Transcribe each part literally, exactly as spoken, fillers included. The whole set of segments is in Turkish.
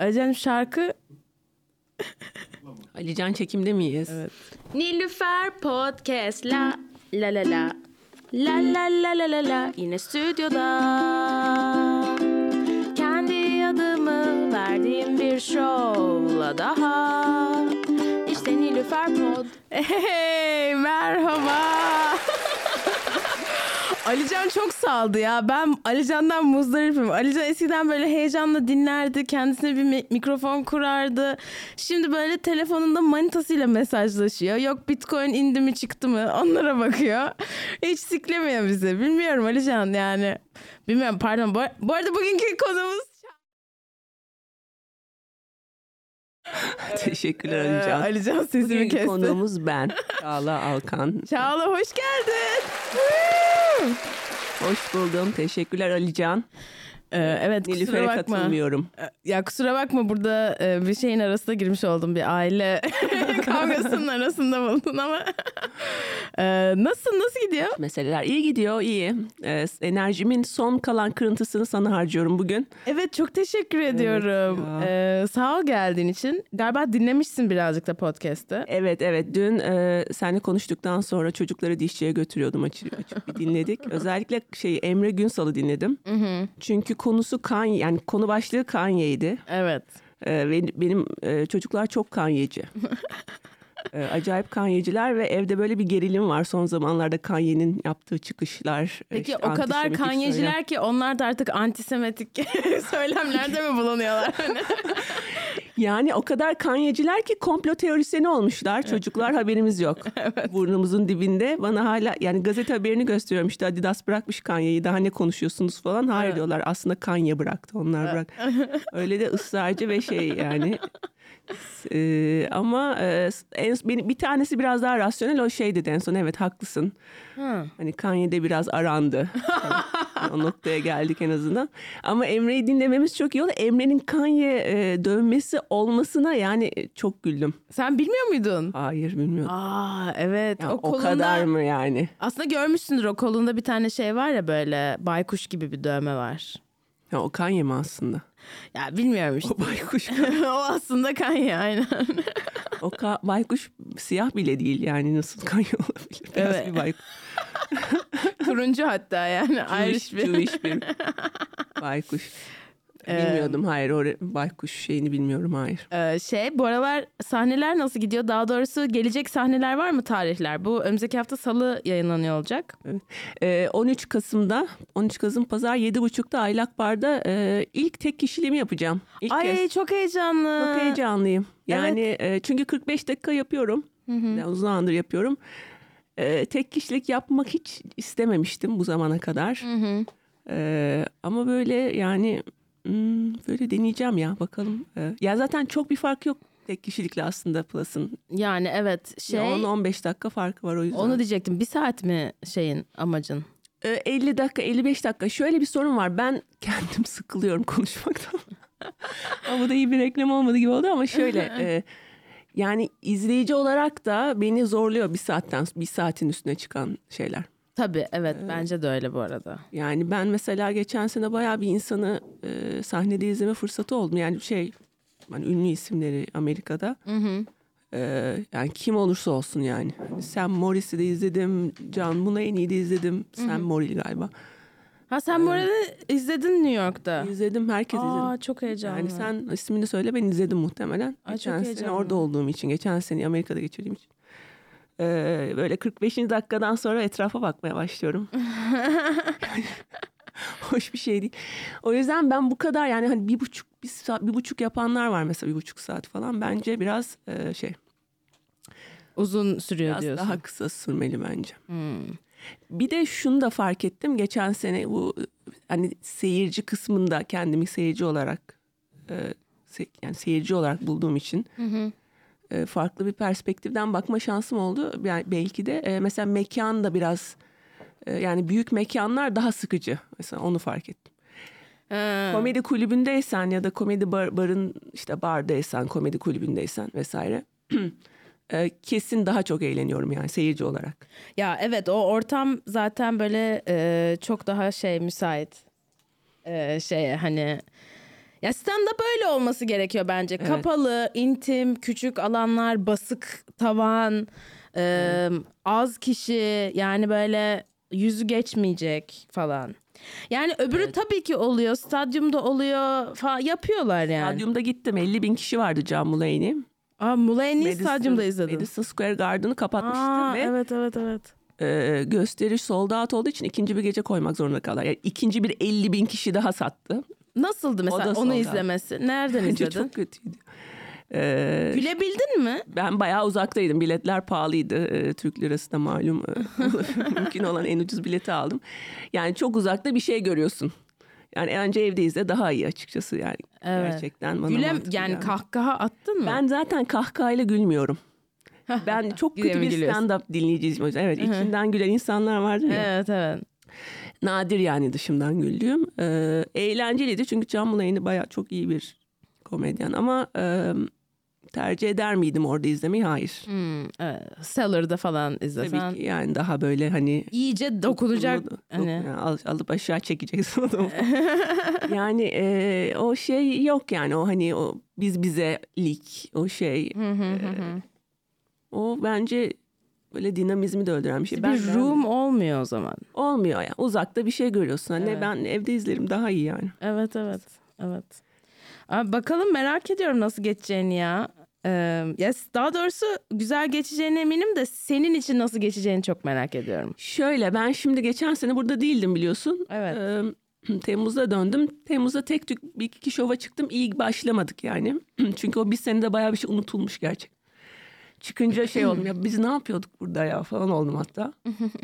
Alican şarkı... Alican çekimde miyiz? Evet. Nilüfer Podcast la la la la la la la la la la yine stüdyoda kendi adımı verdiğim bir şovla daha işte Nilüfer Pod. Hey merhaba. Alican çok saldı ya. Ben Alican'dan muzdaripim. Alican eskiden böyle heyecanla dinlerdi. Kendisine bir mi- mikrofon kurardı. Şimdi böyle telefonunda manitasıyla mesajlaşıyor. Yok Bitcoin indi mi çıktı mı onlara bakıyor. Hiç siklemiyor bizi. Bilmiyorum Alican yani. Bilmiyorum pardon. Bu, bu arada bugünkü konumuz... Teşekkürler Ee, Alican. Alican sesimi Bugünkü kesti. konuğumuz ben. Çağla Alkan. Çağla hoş geldin. Hoş buldum. Teşekkürler Alican. Ee, evet kusura Nilüfer'e bakma. katılmıyorum. Ya kusura bakma burada e, bir şeyin arasına girmiş oldum. Bir aile kavgasının arasında bulundun ama. Ee, nasıl nasıl gidiyor? Meseleler iyi gidiyor, iyi. Ee, enerjimin son kalan kırıntısını sana harcıyorum bugün. Evet çok teşekkür ediyorum. ya. Ee, sağ ol geldiğin için. Galiba dinlemişsin birazcık da podcast'ı. Evet evet dün e, seninle konuştuktan sonra çocukları dişçiye götürüyordum, açıp, açıp bir dinledik. Özellikle şey Emre Günsal'ı dinledim. Hı hı. Çünkü konusu Kanye, yani konu başlığı Kanye'ydi. Evet. Ee, ve benim e, çocuklar çok Kanye'ci. Ee, acayip Kanye'ciler ve evde böyle bir gerilim var son zamanlarda Kanye'nin yaptığı çıkışlar. Peki işte o kadar antisemitik Kanye'ciler söylem. ki onlar da artık antisemitik söylemlerde mi bulunuyorlar? Yani o kadar Kanye'ciler ki komplo teorisyeni olmuşlar. Çocuklar haberimiz yok. Evet. Burnumuzun dibinde. Bana hala yani gazete haberini gösteriyorum. İşte Adidas bırakmış Kanye'yi. Daha ne konuşuyorsunuz falan. Hayır evet. diyorlar. Aslında Kanye bıraktı. Onlar bırak. Öyle de ısrarcı ve şey yani. Ee, ama e, en, benim, bir tanesi biraz daha rasyonel o şey dedi en son. Evet haklısın. Hmm. Hani Kanye'de biraz arandı. Yani, o noktaya geldik en azından. Ama Emre'yi dinlememiz çok iyi oldu. Emre'nin Kanye e, dövmesi olmasına yani çok güldüm. Sen bilmiyor muydun? Hayır bilmiyordum. Aa evet. Yani o, kolunda, o kadar mı yani? Aslında görmüşsündür o kolunda bir tane şey var ya böyle baykuş gibi bir dövme var. Ya o Kanye mi aslında? Ya bilmiyorum işte. O baykuş. O aslında Kanye aynen. O ka- baykuş siyah bile değil yani nasıl Kanye olabilir? Beyaz evet. bir baykuş. Turuncu hatta yani Irish bir. Jewish bir baykuş. Bilmiyordum hayır o baykuş şeyini bilmiyorum hayır. Ee, şey bu aralar sahneler nasıl gidiyor? Daha doğrusu gelecek sahneler var mı tarihler? Bu önümüzdeki hafta salı yayınlanıyor olacak. Evet. Ee, on üç Kasım'da on üç Kasım Pazar yedi buçukta Aylak Bar'da e, ilk tek kişiliğimi yapacağım. İlk Ay kez. çok heyecanlı. Çok heyecanlıyım. Yani evet. e, çünkü kırk beş dakika yapıyorum. Hı hı. Yani uzun zamandır yapıyorum. E, tek kişilik yapmak hiç istememiştim bu zamana kadar. Hı hı. E, ama böyle yani hmm, böyle deneyeceğim ya bakalım. E, ya zaten çok bir fark yok tek kişilikle aslında Plus'ın. Yani evet. Şey, on on beş dakika farkı var o yüzden. Onu diyecektim. Bir saat mi şeyin amacın? E, elli dakika elli beş dakika. Şöyle bir sorun var. Ben kendim sıkılıyorum konuşmaktan. Ama bu da iyi bir reklam olmadı gibi oldu ama şöyle... e, Yani izleyici olarak da beni zorluyor bir saatten bir saatin üstüne çıkan şeyler. Tabii evet ee, bence de öyle bu arada. Yani ben mesela geçen sene bayağı bir insanı e, sahnede izleme fırsatı oldu. Yani şey yani ünlü isimleri Amerika'da. Hı hı. E, yani kim olursa olsun yani. Sam Morris'i de izledim. Can Mulaney'i de izledim. Hı hı. Sam Morrill galiba. Ha sen bu arada izledin New York'ta. İzledim, herkes Aa, izledim. Aa çok heyecanlı. Yani sen ismini söyle, ben izledim muhtemelen. Aa, geçen sene orada olduğum için, geçen sene Amerika'da geçirdiğim için. Ee, böyle kırk beşinci dakikadan sonra etrafa bakmaya başlıyorum. Yani, hoş bir şey değil. O yüzden ben bu kadar yani hani bir buçuk bir, saat, bir buçuk yapanlar var mesela, bir buçuk saat falan. Bence biraz e, şey. Uzun sürüyor biraz diyorsun. Daha kısa sürmeli bence. Hmm. Bir de şunu da fark ettim. Geçen sene bu hani seyirci kısmında kendimi seyirci olarak e, se, yani seyirci olarak bulduğum için hı hı. E, farklı bir perspektiften bakma şansım oldu. Yani belki de e, mesela mekan da biraz e, yani büyük mekanlar daha sıkıcı. Mesela onu fark ettim. Ha. Komedi kulübündeysen ya da komedi bar, barın işte bardaysan, komedi kulübündeysen vesaire. Kesin daha çok eğleniyorum yani seyirci olarak. Ya evet, o ortam zaten böyle e, çok daha şey müsait e, şeye hani Ya stand-up böyle olması gerekiyor bence. Evet. Kapalı, intim, küçük alanlar, basık tavan, e, az kişi, yani böyle yüzü geçmeyecek falan. Yani öbürü evet. tabii ki oluyor. Stadyumda oluyor falan, yapıyorlar yani. Stadyumda gittim. elli bin kişi vardı John Mulaney. Aa, Mulaney'i stadyumda izledim. Madison Square Garden'ı kapatmıştı. Aa, ve evet evet evet. E, gösteriş sold out olduğu için ikinci bir gece koymak zorunda kaldılar. Yani ikinci bir elli bin kişi daha sattı. Nasıldı mesela onu izlemesi? Nereden Bence izledin? çok kötüydü. Ee, Gülebildin mi? Ben bayağı uzaktaydım. Biletler pahalıydı. Ee, Türk lirası da malum. Mümkün olan en ucuz bileti aldım. Yani çok uzakta bir şey görüyorsun. Yani önce evde izle daha iyi açıkçası yani. Evet. Gerçekten bana Gülem, yani, yani kahkaha attın mı? Ben zaten kahkahayla gülmüyorum. Ben çok kötü bir stand-up dinleyiciyim o yüzden. Evet, içinden gülen insanlar vardır ya. Evet evet. Nadir yani dışımdan güldüğüm. Ee, eğlenceliydi çünkü John Mulaney bayağı çok iyi bir komedyen ama e, tercih eder miydim orada izlemeyi? Hayır. Hmm, evet. Cellar'da falan izlesen. Tabii ki yani daha böyle hani. İyice dokunacak. Dokun, hani. yani al, alıp aşağı çekeceksin adamı. Yani e, o şey yok yani o hani o biz bize lik o şey. e, o bence böyle dinamizmi de öldüren bir şey. Bir ben, room ben, olmuyor o zaman. Olmuyor yani. Uzakta bir şey görüyorsun. Hani evet. Ben evde izlerim daha iyi yani. Evet evet. Evet. Abi bakalım, merak ediyorum nasıl geçeceğini ya. Ee, yes, daha doğrusu güzel geçeceğine eminim de senin için nasıl geçeceğini çok merak ediyorum. Şöyle, ben şimdi geçen sene burada değildim biliyorsun. Evet. Ee, Temmuz'da döndüm. Temmuz'da tek tük bir iki şova çıktım. İyi başlamadık yani. Çünkü o bir senede bayağı bir şey unutulmuş gerçekten. Çıkınca şey oldum ya, biz ne yapıyorduk burada ya falan oldum hatta.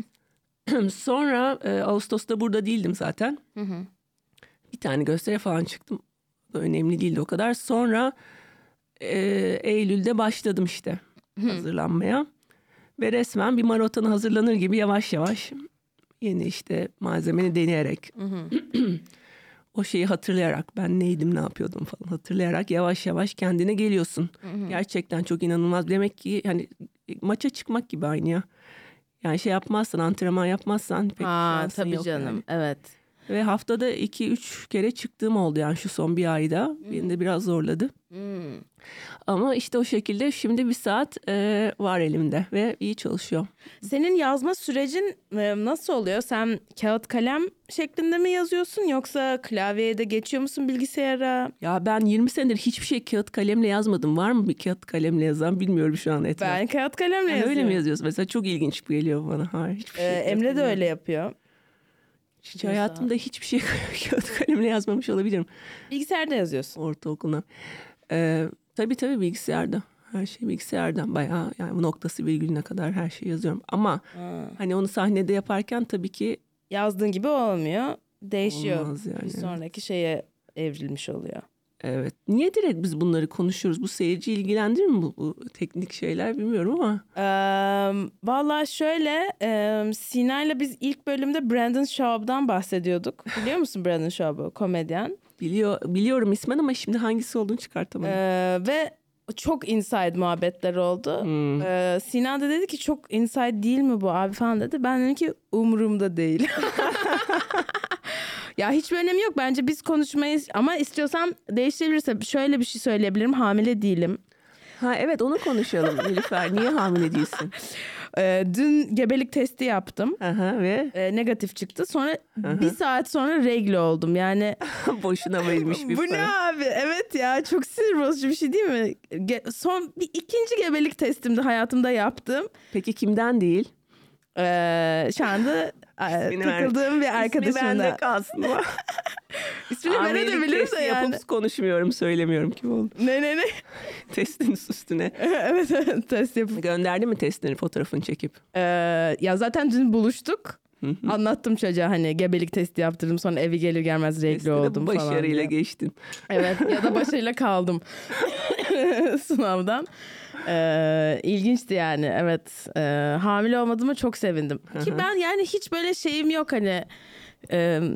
Sonra e, Ağustos'ta burada değildim zaten. Bir tane gösteri falan çıktım. Önemli değildi o kadar. Sonra e, Eylül'de başladım işte hazırlanmaya. Ve resmen bir maratona hazırlanır gibi yavaş yavaş yeni işte malzemeni deneyerek o şeyi hatırlayarak ben neydim ne yapıyordum falan hatırlayarak yavaş yavaş kendine geliyorsun. Gerçekten çok inanılmaz. Demek ki hani maça çıkmak gibi aynı ya. Yani şey yapmazsan, antrenman yapmazsan pek Aa, şansın tabii yok canım yani. evet. Ve haftada iki üç kere çıktığım oldu yani şu son bir ayda. Hmm. Beni de biraz zorladı. Hmm. Ama işte o şekilde şimdi bir saat e, var elimde ve iyi çalışıyor. Senin yazma sürecin e, nasıl oluyor? Sen kağıt kalem şeklinde mi yazıyorsun yoksa klavyeye de geçiyor musun bilgisayara? Ya ben yirmi senedir hiçbir şey kağıt kalemle yazmadım. Var mı bir kağıt kalemle yazan bilmiyorum şu an etrafta. Ben kağıt kalemle yani yazıyorum. Öyle mi yazıyorsun? Mesela çok ilginç geliyor bana. Hayır, hiçbir şey ee, Emre de öyle yapıyor. Hiç hayatımda hiçbir şey kağıt kalemle yazmamış olabilirim. Bilgisayarda yazıyorsun. Ortaokulda. Ee, tabii tabii bilgisayarda. Her şey bilgisayardan bayağı yani bu noktası virgülüne kadar her şeyi yazıyorum. Ama ha. hani onu sahnede yaparken tabii ki yazdığın gibi olmuyor. Değişiyor. Olmaz yani. Bir sonraki şeye evrilmiş oluyor. Evet. Niye direkt biz bunları konuşuyoruz? Bu seyirci ilgilendirir mi bu, bu teknik şeyler bilmiyorum ama. Ee, Valla şöyle e, Sina'yla biz ilk bölümde Brandon Schaub'dan bahsediyorduk. Biliyor musun Brandon Schaub'u? Komedyen. Biliyor, biliyorum ismen ama şimdi hangisi olduğunu çıkartamadım. Ee, ve çok inside muhabbetler oldu. Hmm. Ee, Sina da dedi ki çok inside değil mi bu abi falan dedi. Ben dedim ki umurumda değil. Ya hiçbir önemi yok. Bence biz konuşmayız ama istiyorsan değiştirebilirse şöyle bir şey söyleyebilirim. Hamile değilim. Ha evet, onu konuşalım Nilüfer. Niye hamile değilsin? Ee, dün gebelik testi yaptım. Aha, ve ee, negatif çıktı. Sonra aha. bir saat sonra regle oldum. Yani boşuna verilmiş bir bu para. Bu ne abi? Evet ya, çok sinir bozucu bir şey değil mi? Ge- son bir ikinci gebelik testimdi hayatımda yaptım. Peki kimden değil? Ee, şu anda e, takıldığım bir arkadaşımla. İsmi bende kalsın mı? İsmini verebilirim de yani. Yapıp konuşmuyorum, söylemiyorum kim oldu. Ne ne ne? Testin üstüne. Evet evet, test yapıp. Gönderdi mi testini, fotoğrafını çekip? Ee, ya zaten dün buluştuk. Anlattım çocuğa hani gebelik testi yaptırdım, sonra evi gelir gelmez regle oldum falan. Başarıyla geçtin. Evet, ya da başarıyla kaldım sınavdan. Ee, ilginçti yani, evet. Ee, hamile olmadığıma çok sevindim. Ki ben yani hiç böyle şeyim yok hani e,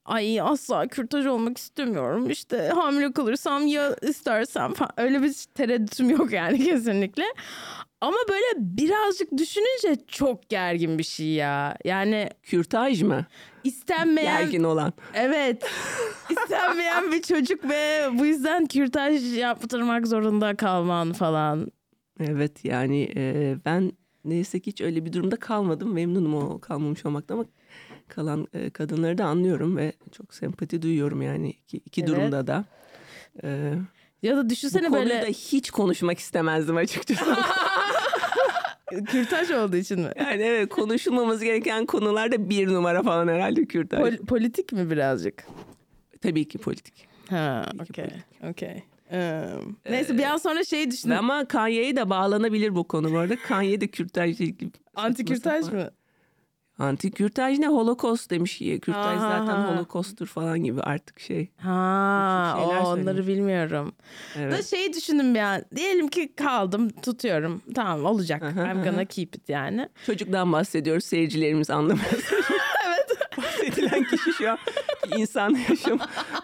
ay asla kürtaj olmak istemiyorum. İşte hamile kalırsam ya istersem falan. Öyle bir tereddütüm yok yani kesinlikle. Ama böyle birazcık düşününce çok gergin bir şey ya. Yani Kürtaj mı? İstenmeyen... Gergin olan. Evet. İstenmeyen bir çocuk ve bu yüzden kürtaj yaptırmak zorunda kalman falan. Evet yani e, ben neyse ki hiç öyle bir durumda kalmadım. Memnunum o kalmamış olmaktan ama kalan e, kadınları da anlıyorum ve çok sempati duyuyorum yani iki, iki Evet. durumda da. E, Ya da düşünsene bu konuyu böyle... da hiç konuşmak istemezdim açıkçası. Kürtaj olduğu için mi? Yani evet, konuşulmaması gereken konularda bir numara falan herhalde kürtaj. Pol- politik mi birazcık? Tabii ki politik. Ha, Tabii ki okey. politik. Okey. Ee, neyse bir an sonra şey düşündüm. Ama Kanye'ye de bağlanabilir bu konu bu arada. Kanye de kürtajla ilgili. Anti kürtaj mı? Anti kürtaj ne? Holocaust demiş ki. Kürtaj Aha. zaten holocaust'tur falan gibi artık şey. Ha, o, şeyler onları söylüyor. bilmiyorum. Evet. Da şeyi düşündüm bir an. Diyelim ki kaldım, tutuyorum. Tamam olacak. Aha, I'm gonna aha. keep it yani. Çocuktan bahsediyoruz. Seyircilerimiz anlamaz. Evet. Bahsedilen kişi şu an bir insan yaşam.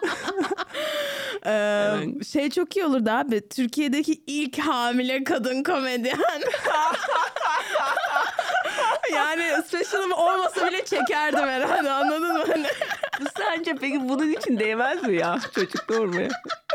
Ee, Evet. şey çok iyi olurdu abi. Türkiye'deki ilk hamile kadın komedyen. Yani special'ım olmasa bile çekerdim herhalde, anladın mı? Hani Bu sence peki bunun için değmez mi ya çocuk doğurmaya?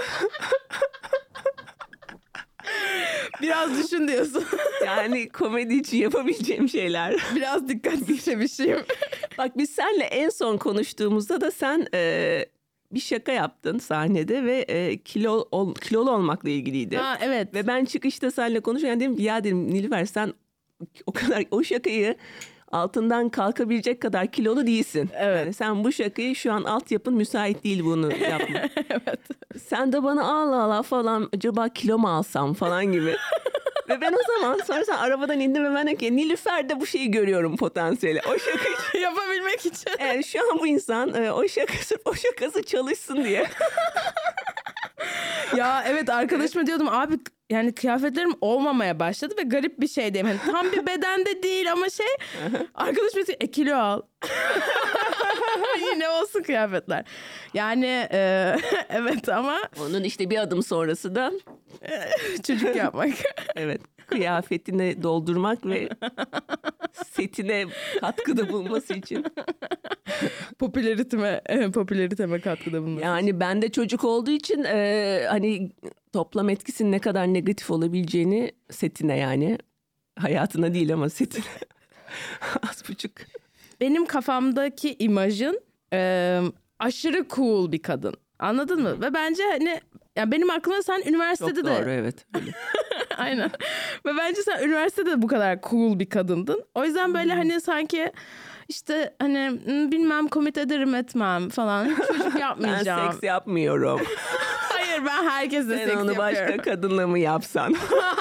biraz düşün diyorsun. Yani komedi için yapabileceğim şeyler. Biraz dikkatli çevireyim. Bak biz seninle en son konuştuğumuzda da sen e, bir şaka yaptın sahnede ve e, kilo ol, kilolu olmakla ilgiliydi. Ha evet. Ve ben çıkışta seninle konuşurken dedim ki ya dedim Nilüfer sen o kadar o şakayı altından kalkabilecek kadar kilolu değilsin. Evet. Yani sen bu şakayı şu an altyapın müsait değil bunu yapma. Evet. Sen de bana Allah Allah falan acaba kilo mu alsam falan gibi. Ve ben o zaman sonra sen arabadan indim ve ben dedim ki Nilüfer'de bu şeyi görüyorum potansiyeli. O şakayı Yapabilmek için. yani şu an bu insan e, o şakası o şakası çalışsın diye. Ya evet, arkadaşıma diyordum abi yani kıyafetlerim olmamaya başladı ve garip bir şeydeyim. Hani tam bir bedende değil ama şey arkadaşım diyor e kilo al. Yine olsun kıyafetler. Yani e, evet ama Onun işte bir adım sonrası da çocuk yapmak. evet kıyafetine doldurmak ve setine katkıda bulunması için. Popülariteme, e, popülariteme katkıda bulunması. Yani bende çocuk olduğu için e, hani toplam etkisinin ne kadar negatif olabileceğini setine yani hayatına değil ama setine az buçuk. Benim kafamdaki imajın e, aşırı cool bir kadın. Anladın mı? Ve bence hani ya benim aklıma sen üniversitede Çok de doğru evet. Öyle. aynen. Ve bence sen üniversitede de bu kadar cool bir kadındın. O yüzden böyle hani sanki işte hani bilmem komit ederim etmem falan. Hiç çocuk Ben yapmayacağım. seks yapmıyorum. Hayır, ben herkesle Sen seks onu başka yapıyorum. kadınla mı yapsan?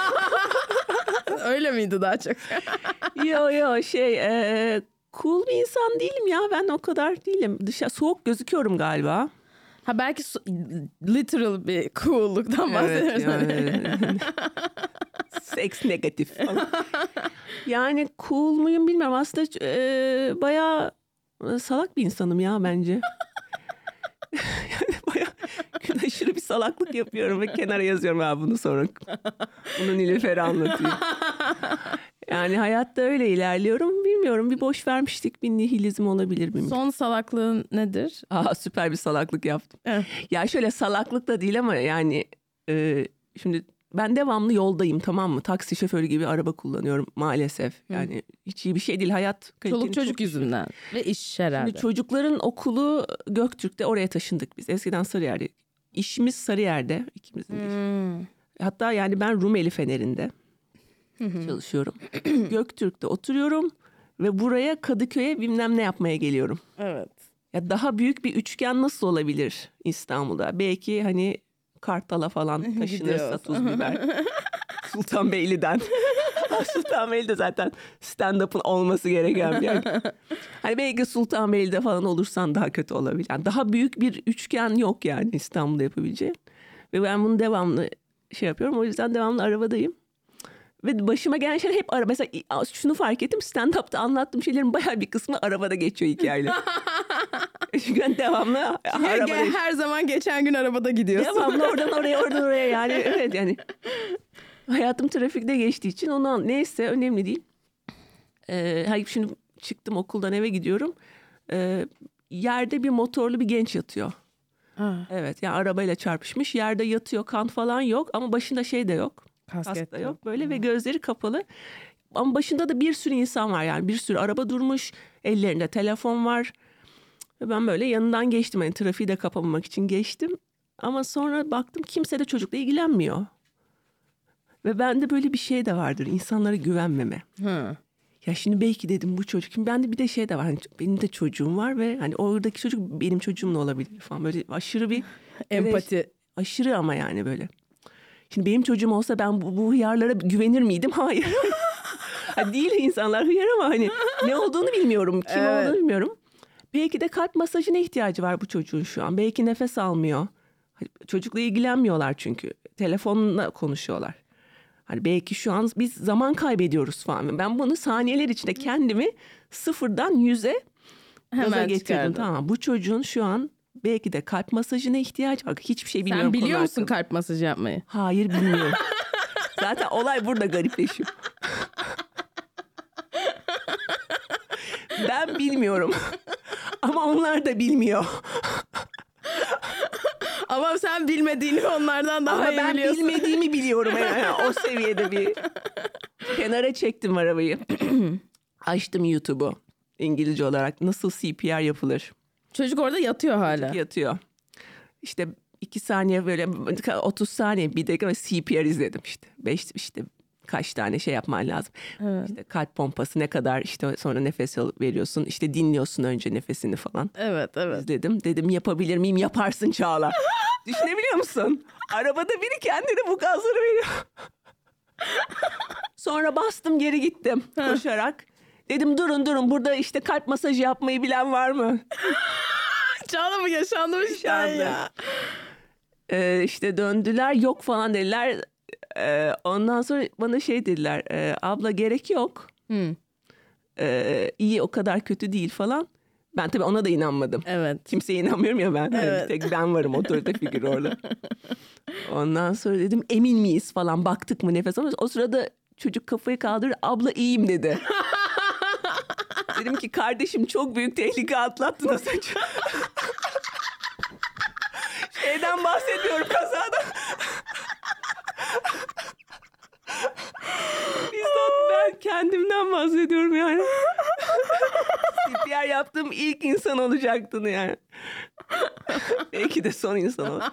Öyle miydi daha çok? yo yo şey e, cool bir insan değilim ya ben o kadar değilim. Dışa soğuk gözüküyorum galiba. Ha belki su- literal bir cool'luktan bahsediyoruz. Evet, yani. Seks negatif falan. Yani cool muyum bilmiyorum. Aslında e, bayağı salak bir insanım ya bence. Yani bayağı gün aşırı bir salaklık yapıyorum ve kenara yazıyorum abi bunu sonra. Bunu Nilüfer'e anlatayım. Yani hayatta öyle ilerliyorum. Bilmiyorum bir boş vermiştik bir nihilizm olabilir mi? Son salaklığın nedir? Aa, süper bir salaklık yaptım. Evet. Ya şöyle salaklık da değil ama yani e, şimdi ben devamlı yoldayım tamam mı? Taksi şoförü gibi araba kullanıyorum maalesef. Yani hiç iyi bir şey değil hayat. Çoluk kaliteni çocuk çok- yüzünden ve iş herhalde. Şimdi çocukların okulu Göktürk'te oraya taşındık biz. Eskiden Sarıyer'de. İşimiz Sarıyer'de ikimizin de işi. Hmm. Hatta yani ben Rumeli Feneri'nde çalışıyorum. Göktürk'te oturuyorum ve buraya Kadıköy'e bilmem ne yapmaya geliyorum. Evet. Ya daha büyük bir üçgen nasıl olabilir İstanbul'da? Belki hani Kartal'a falan taşınırsa Gidiyoruz. tuz biber. Sultanbeyli'den. Sultanbeyli'de zaten stand-up'ın olması gereken bir yer. Hani belki Sultanbeyli'de falan olursan daha kötü olabilir. Yani daha büyük bir üçgen yok yani İstanbul'da yapabileceğin. Ve ben bunu devamlı şey yapıyorum. O yüzden devamlı arabadayım. Ve başıma gelen şeyler hep araba. Mesela şunu fark ettim. Stand-up'ta anlattığım şeylerin bayağı bir kısmı arabada geçiyor hikayeyle. Çünkü ben devamlı arabada. Her zaman geçen gün arabada gidiyorsun. Devamlı oradan oraya oradan oraya yani evet yani. Hayatım trafikte geçtiği için onu neyse önemli değil. Ee, hayır şimdi çıktım okuldan eve gidiyorum. Ee, yerde bir motorlu bir genç yatıyor. Ha. Evet yani arabayla çarpışmış yerde yatıyor, kan falan yok ama başında şey de yok. Kasket Kask da yok. yok böyle hmm. ve gözleri kapalı. Ama başında da bir sürü insan var yani bir sürü araba durmuş, ellerinde telefon var. Ve ben böyle yanından geçtim hani trafiği de kapamamak için geçtim. Ama sonra baktım kimse de çocukla ilgilenmiyor. Ve bende böyle bir şey de vardır, insanlara güvenmeme. Hı. Ya şimdi belki dedim bu çocuk. Şimdi bende bir de şey de var. Hani benim de çocuğum var ve hani oradaki çocuk benim çocuğum da olabilir falan. Böyle aşırı bir empati. Böyle, aşırı ama yani böyle. Şimdi benim çocuğum olsa ben bu, bu hıyarlara güvenir miydim? Hayır. Ha, değil insanlar hıyar ama hani ne olduğunu bilmiyorum. Kim evet. olduğunu bilmiyorum. Belki de kalp masajına ihtiyacı var bu çocuğun şu an. Belki nefes almıyor. Çocukla ilgilenmiyorlar çünkü. Telefonla konuşuyorlar. Hani belki şu an biz zaman kaybediyoruz falan. Ben bunu saniyeler içinde kendimi sıfırdan yüze gaza getirdim. Çıkardım. Tamam, bu çocuğun şu an belki de kalp masajına ihtiyacı var. Hiçbir şey bilmiyorum. Sen biliyor musun kalp masajı yapmayı? Hayır, bilmiyorum. Zaten olay burada garipleşiyor. Ben bilmiyorum. Ama onlar da bilmiyor. Ama sen bilmediğini onlardan daha Ama iyi ben biliyorsun. Ama ben bilmediğimi biliyorum. Yani o seviyede bir kenara çektim arabayı. Açtım YouTube'u. İngilizce olarak nasıl C P R yapılır. Çocuk orada yatıyor hala. Çocuk yatıyor. İşte iki saniye böyle otuz saniye bir dakika C P R izledim işte. Beş işte kaç tane şey yapman lazım. Evet. İşte kalp pompası ne kadar işte sonra nefes alıp veriyorsun. İşte dinliyorsun önce nefesini falan. Evet evet. İzledim. Dedim yapabilir miyim? Yaparsın Çağla. Düşünebiliyor musun? Arabada biri kendine bu gazları veriyor. Sonra bastım geri gittim koşarak. Dedim durun durun burada işte kalp masajı yapmayı bilen var mı? Çağla mı yaşanmış ya? Ee, işte döndüler yok falan dediler. Ee, ondan sonra bana şey dediler. E, abla gerek yok. Hmm. Ee, iyi o kadar kötü değil falan. Ben tabii ona da inanmadım. Evet. Kimseye inanmıyorum ya ben. Evet. Yani tek ben varım otorite figürü orada. Ondan sonra dedim emin miyiz falan baktık mı nefes alıyoruz. O sırada çocuk kafayı kaldırır abla iyiyim dedi. Dedim ki kardeşim çok büyük tehlike atlattın az önce. Şeyden bahsediyorum kazadan. Bizzat ben kendimden bahsediyorum yani. C P R yaptığım ilk insan olacaktın yani. Belki de son insan olur.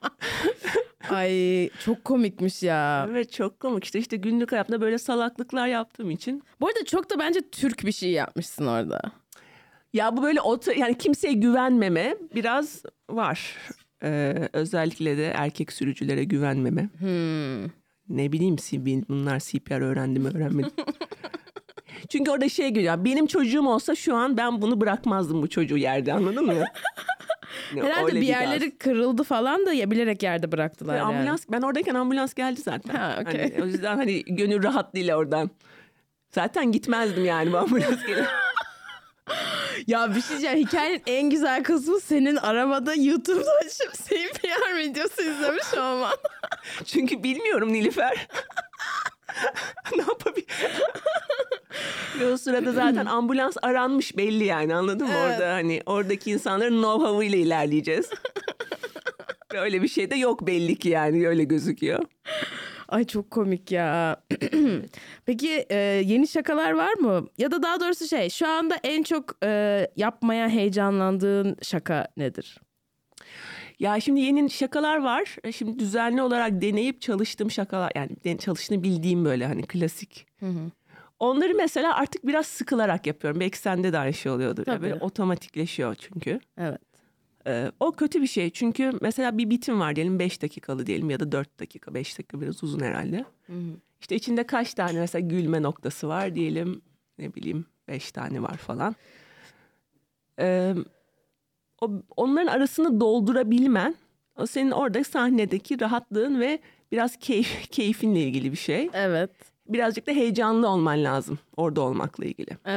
Ay çok komikmiş ya. Evet çok komik işte işte günlük hayatımda böyle salaklıklar yaptığım için. Bu arada çok da bence Türk bir şey yapmışsın orada. Ya bu böyle oto, yani kimseye güvenmeme biraz var. Ee, özellikle de erkek sürücülere güvenmeme. Hmm. Ne bileyim bunlar C P R öğrendi mi öğrenmedi. Çünkü orada şey geliyor. Benim çocuğum olsa şu an ben bunu bırakmazdım bu çocuğu yerde anladın mı? Herhalde bir yerleri gaz. Kırıldı falan da ya bilerek yerde bıraktılar yani. Ambulans, ben oradayken ambulans geldi zaten. Ha, okay. Hani, o yüzden hani gönül rahatlığıyla oradan. Zaten gitmezdim yani bu ambulans gelir. Ya bir şey diyeceğim. Hikayenin en güzel kısmı senin arabada YouTube'da açıp C P R videosu izlemiş olman. Çünkü bilmiyorum Nilüfer. Ne yapabilirim? Ve o sırada zaten ambulans aranmış belli yani anladın mı? Evet. Orada hani oradaki insanların know-how ile ilerleyeceğiz. Öyle bir şey de yok belli ki yani öyle gözüküyor. Ay çok komik ya. Peki e, yeni şakalar var mı? Ya da daha doğrusu şey şu anda en çok e, yapmaya heyecanlandığın şaka nedir? Ya şimdi yeni şakalar var. Şimdi düzenli olarak deneyip çalıştığım şakalar yani çalıştığını bildiğim böyle hani klasik. Hı hı. Onları mesela artık biraz sıkılarak yapıyorum. Belki sende de aynı şey oluyordur. Tabii. Böyle otomatikleşiyor çünkü. Evet. Ee, o kötü bir şey. Çünkü mesela bir bitim var diyelim beş dakikalı diyelim ya da dört dakika. beş dakika biraz uzun herhalde. Hı hı. İşte içinde kaç tane mesela gülme noktası var diyelim. Ne bileyim beş tane var falan. Ee, o, onların arasını doldurabilmen o senin orada sahnedeki rahatlığın ve biraz keyif, keyfinle ilgili bir şey. Evet. Birazcık da heyecanlı olman lazım orada olmakla ilgili. Evet.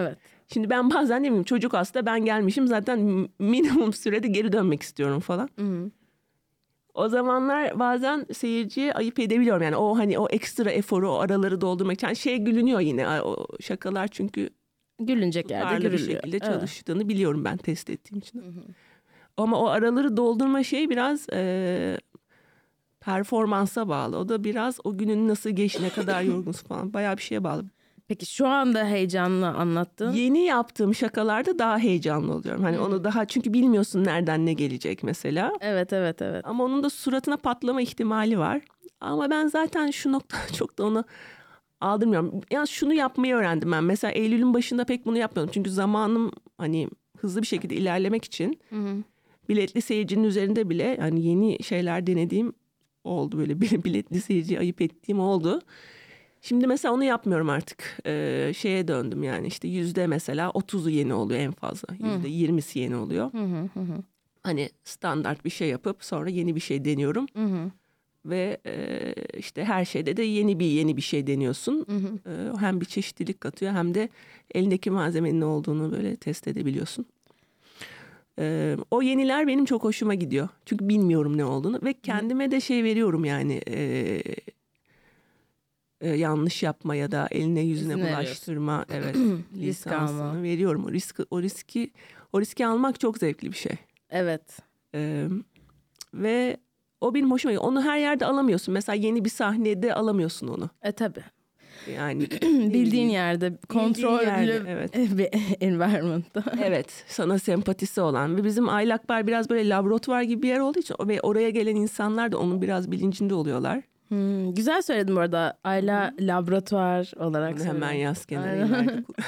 Şimdi ben bazen ne bileyim çocuk hasta, ben gelmişim zaten minimum sürede geri dönmek istiyorum falan. Hı. O zamanlar bazen seyirciye ayıp edebiliyorum. Yani o hani o ekstra eforu, o araları doldurmak için. Yani şey gülünüyor yine o şakalar çünkü Gülünecek yerde tutarlı bir gülünüyor. şekilde Evet. çalıştığını biliyorum ben test ettiğim için. Hı hı. Ama o araları doldurma şey biraz e, performansa bağlı. O da biraz o günün nasıl geçti, ne kadar yorgunsun falan bayağı bir şeye bağlı. Peki şu anda heyecanla anlattın. Yeni yaptığım şakalarda daha heyecanlı oluyorum. Hani hmm. onu daha çünkü bilmiyorsun nereden ne gelecek mesela. Evet evet evet. Ama onun da suratına patlama ihtimali var. Ama ben zaten şu noktada çok da onu aldırmıyorum. Yani şunu yapmayı öğrendim ben. Mesela Eylül'ün başında pek bunu yapmıyordum. Çünkü zamanım hani hızlı bir şekilde ilerlemek için hı hı. biletli seyircinin üzerinde bile hani yeni şeyler denediğim oldu. Böyle biletli seyirciyi ayıp ettiğim oldu. Şimdi mesela onu yapmıyorum artık. Ee, şeye döndüm yani işte yüzde mesela otuzu yeni oluyor en fazla. Yüzde yirmisi yeni oluyor. Hı hı hı. Hani standart bir şey yapıp sonra yeni bir şey deniyorum. Hı hı. Ve e, işte her şeyde de yeni bir yeni bir şey deniyorsun. Hı hı. E, hem bir çeşitlilik katıyor hem de elindeki malzemenin ne olduğunu böyle test edebiliyorsun. E, o yeniler benim çok hoşuma gidiyor. Çünkü bilmiyorum ne olduğunu ve kendime de şey veriyorum yani... E, Ee, yanlış yapma ya da eline yüzüne İzin bulaştırma evet risk alma veriyorum o riski o riski o riski almak çok zevkli bir şey. Evet. Ee, ve o benim hoşuma gidiyor. Onu her yerde alamıyorsun. Mesela yeni bir sahnede alamıyorsun onu. E tabii. Yani bildiğin yerde kontrollü evet. bir environment'ta. Evet, sana sempatisi olan ve bizim Aile Akbar biraz böyle laboratuvar gibi bir yer olduğu için ve oraya gelen insanlar da onun biraz bilincinde oluyorlar. Hmm, güzel söyledin bu arada. Ayla hmm. laboratuvar olarak. Bunu hemen yaz kenara.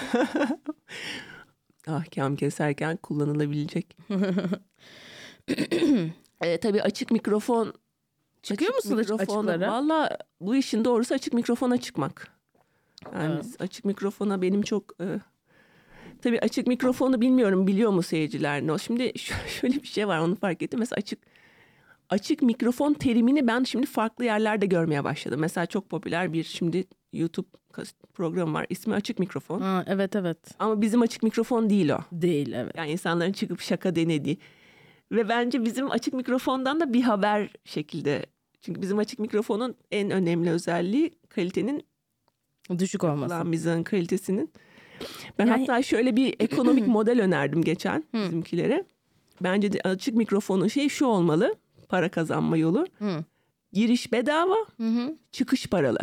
Ahkam keserken kullanılabilecek. e, tabii açık mikrofon. Çıkıyor açık musun açıklara? Valla bu işin doğrusu açık mikrofona çıkmak. Yani evet. Açık mikrofona benim çok... E, tabii açık mikrofonu bilmiyorum biliyor mu seyirciler? No. Şimdi şöyle bir şey var onu fark ettim. Mesela açık... Açık mikrofon terimini ben şimdi farklı yerlerde görmeye başladım. Mesela çok popüler bir şimdi YouTube programı var. İsmi Açık Mikrofon. Ha, evet evet. Ama bizim açık mikrofon değil o. Değil evet. Yani insanların çıkıp şaka denediği. Ve bence bizim açık mikrofondan da bir haber şekilde. Çünkü bizim açık mikrofonun en önemli özelliği kalitenin düşük olması. Mizahın kalitesinin. Ben yani... hatta şöyle bir ekonomik model önerdim geçen bizimkilere. Bence de açık mikrofonun şeyi şu olmalı. Para kazanma yolu. Hı. Giriş bedava, hı hı. çıkış paralı.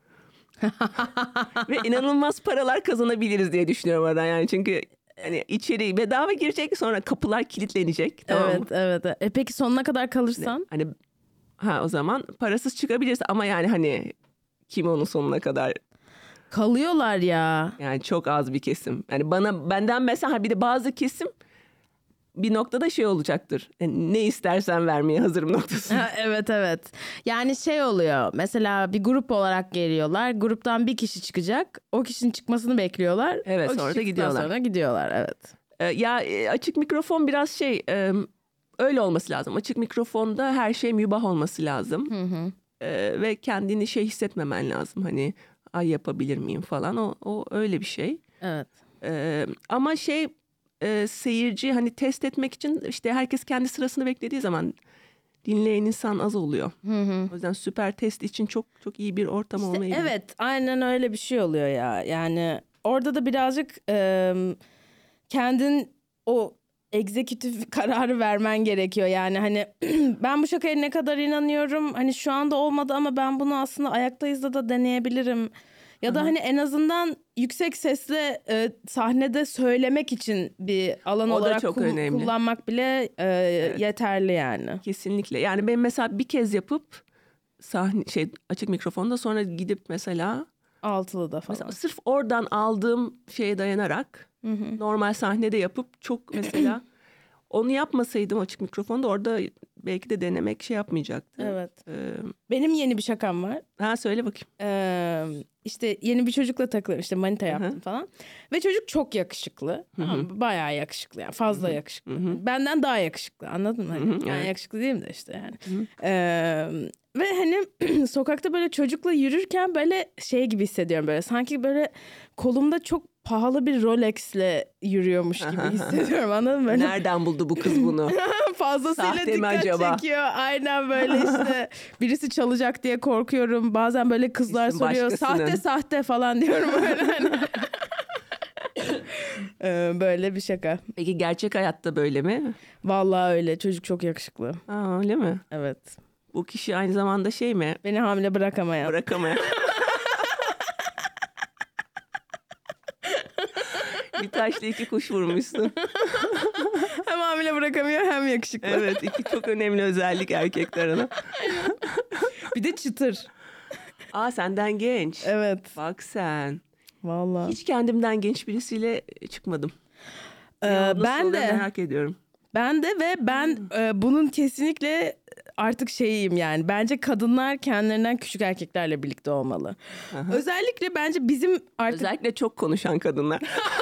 Ve inanılmaz paralar kazanabiliriz diye düşünüyorum oradan yani çünkü hani içeri bedava girecek sonra kapılar kilitlenecek. Tamam evet, mı? evet. E peki sonuna kadar kalırsan? Hani ha o zaman parasız çıkabiliriz ama yani hani kim onun sonuna kadar kalıyorlar ya. Yani çok az bir kesim. Yani bana benden mesela bir de bazı kesim bir noktada şey olacaktır. Yani ne istersen vermeye hazırım noktası. Evet evet. Yani şey oluyor. Mesela bir grup olarak geliyorlar. Gruptan bir kişi çıkacak. O kişinin çıkmasını bekliyorlar. Evet o sonra da gidiyorlar. Sonra gidiyorlar evet. Ee, ya açık mikrofon biraz şey e, öyle olması lazım. Açık mikrofonda her şey mübah olması lazım. Hı hı. Ee, ve kendini şey hissetmemen lazım. Hani ay yapabilir miyim falan. O, o öyle bir şey. Evet. Ee, ama şey e, seyirci hani test etmek için işte herkes kendi sırasını beklediği zaman dinleyen insan az oluyor. Hı hı. O yüzden süper test için çok çok iyi bir ortam işte olmayı. Evet, aynen öyle bir şey oluyor ya. Yani orada da birazcık e, kendin o egzekütif kararı vermen gerekiyor. Yani hani ben bu şakaya ne kadar inanıyorum. Hani şu anda olmadı ama ben bunu aslında ayaktayız da da deneyebilirim. Ya da Aha. hani en azından yüksek sesle e, sahnede söylemek için bir alan o olarak çok kul- kullanmak bile e, evet. yeterli yani. Kesinlikle. Yani ben mesela bir kez yapıp sahne şey açık mikrofonda sonra gidip mesela Altılıda falan. Mesela sırf oradan aldığım şeye dayanarak hı hı. normal sahnede yapıp çok mesela onu yapmasaydım açık mikrofonda orada belki de denemek şey yapmayacaktı. Evet. Ee, Benim yeni bir şakam var. Ha söyle bakayım. Ee, işte yeni bir çocukla takılıyorum. İşte manita yaptım Hı-hı. falan. Ve çocuk çok yakışıklı. Hı-hı. Bayağı yakışıklı yani. Fazla Hı-hı. yakışıklı. Hı-hı. Benden daha yakışıklı. Anladın mı? Hani ben yani yakışıklı değilim de işte yani. Ee, ve hani sokakta böyle çocukla yürürken böyle şey gibi hissediyorum böyle. Sanki böyle kolumda çok pahalı bir Rolex'le yürüyormuş gibi hissediyorum, anladın mı? Nereden buldu bu kız bunu? Fazlasıyla Sahte mi dikkat acaba? çekiyor. Aynen böyle işte birisi çalacak diye korkuyorum. Bazen böyle kızlar İsim soruyor. başkasının. Sahte sahte falan diyorum böyle. Hani. Ee, böyle bir şaka. Peki gerçek hayatta böyle mi? Vallahi öyle. Çocuk çok yakışıklı. Aa, öyle mi? Evet. Bu kişi aynı zamanda şey mi? Beni hamile bırakamayan. Bırakamayan. Bir taşla iki kuş vurmuşsun. Hem hamile bırakamıyor hem yakışıklı. Evet, iki çok önemli özellik erkekler ana. Bir de çıtır. Aa, senden genç. Evet. Bak sen. Vallahi. Hiç kendimden genç birisiyle çıkmadım. Ee, Nasıl ben oluyor de. merak ediyorum. Ben de ve ben e, bunun kesinlikle artık şeyiyim yani. Bence kadınlar kendilerinden küçük erkeklerle birlikte olmalı. Aha. Özellikle bence bizim artık... Özellikle çok konuşan kadınlar.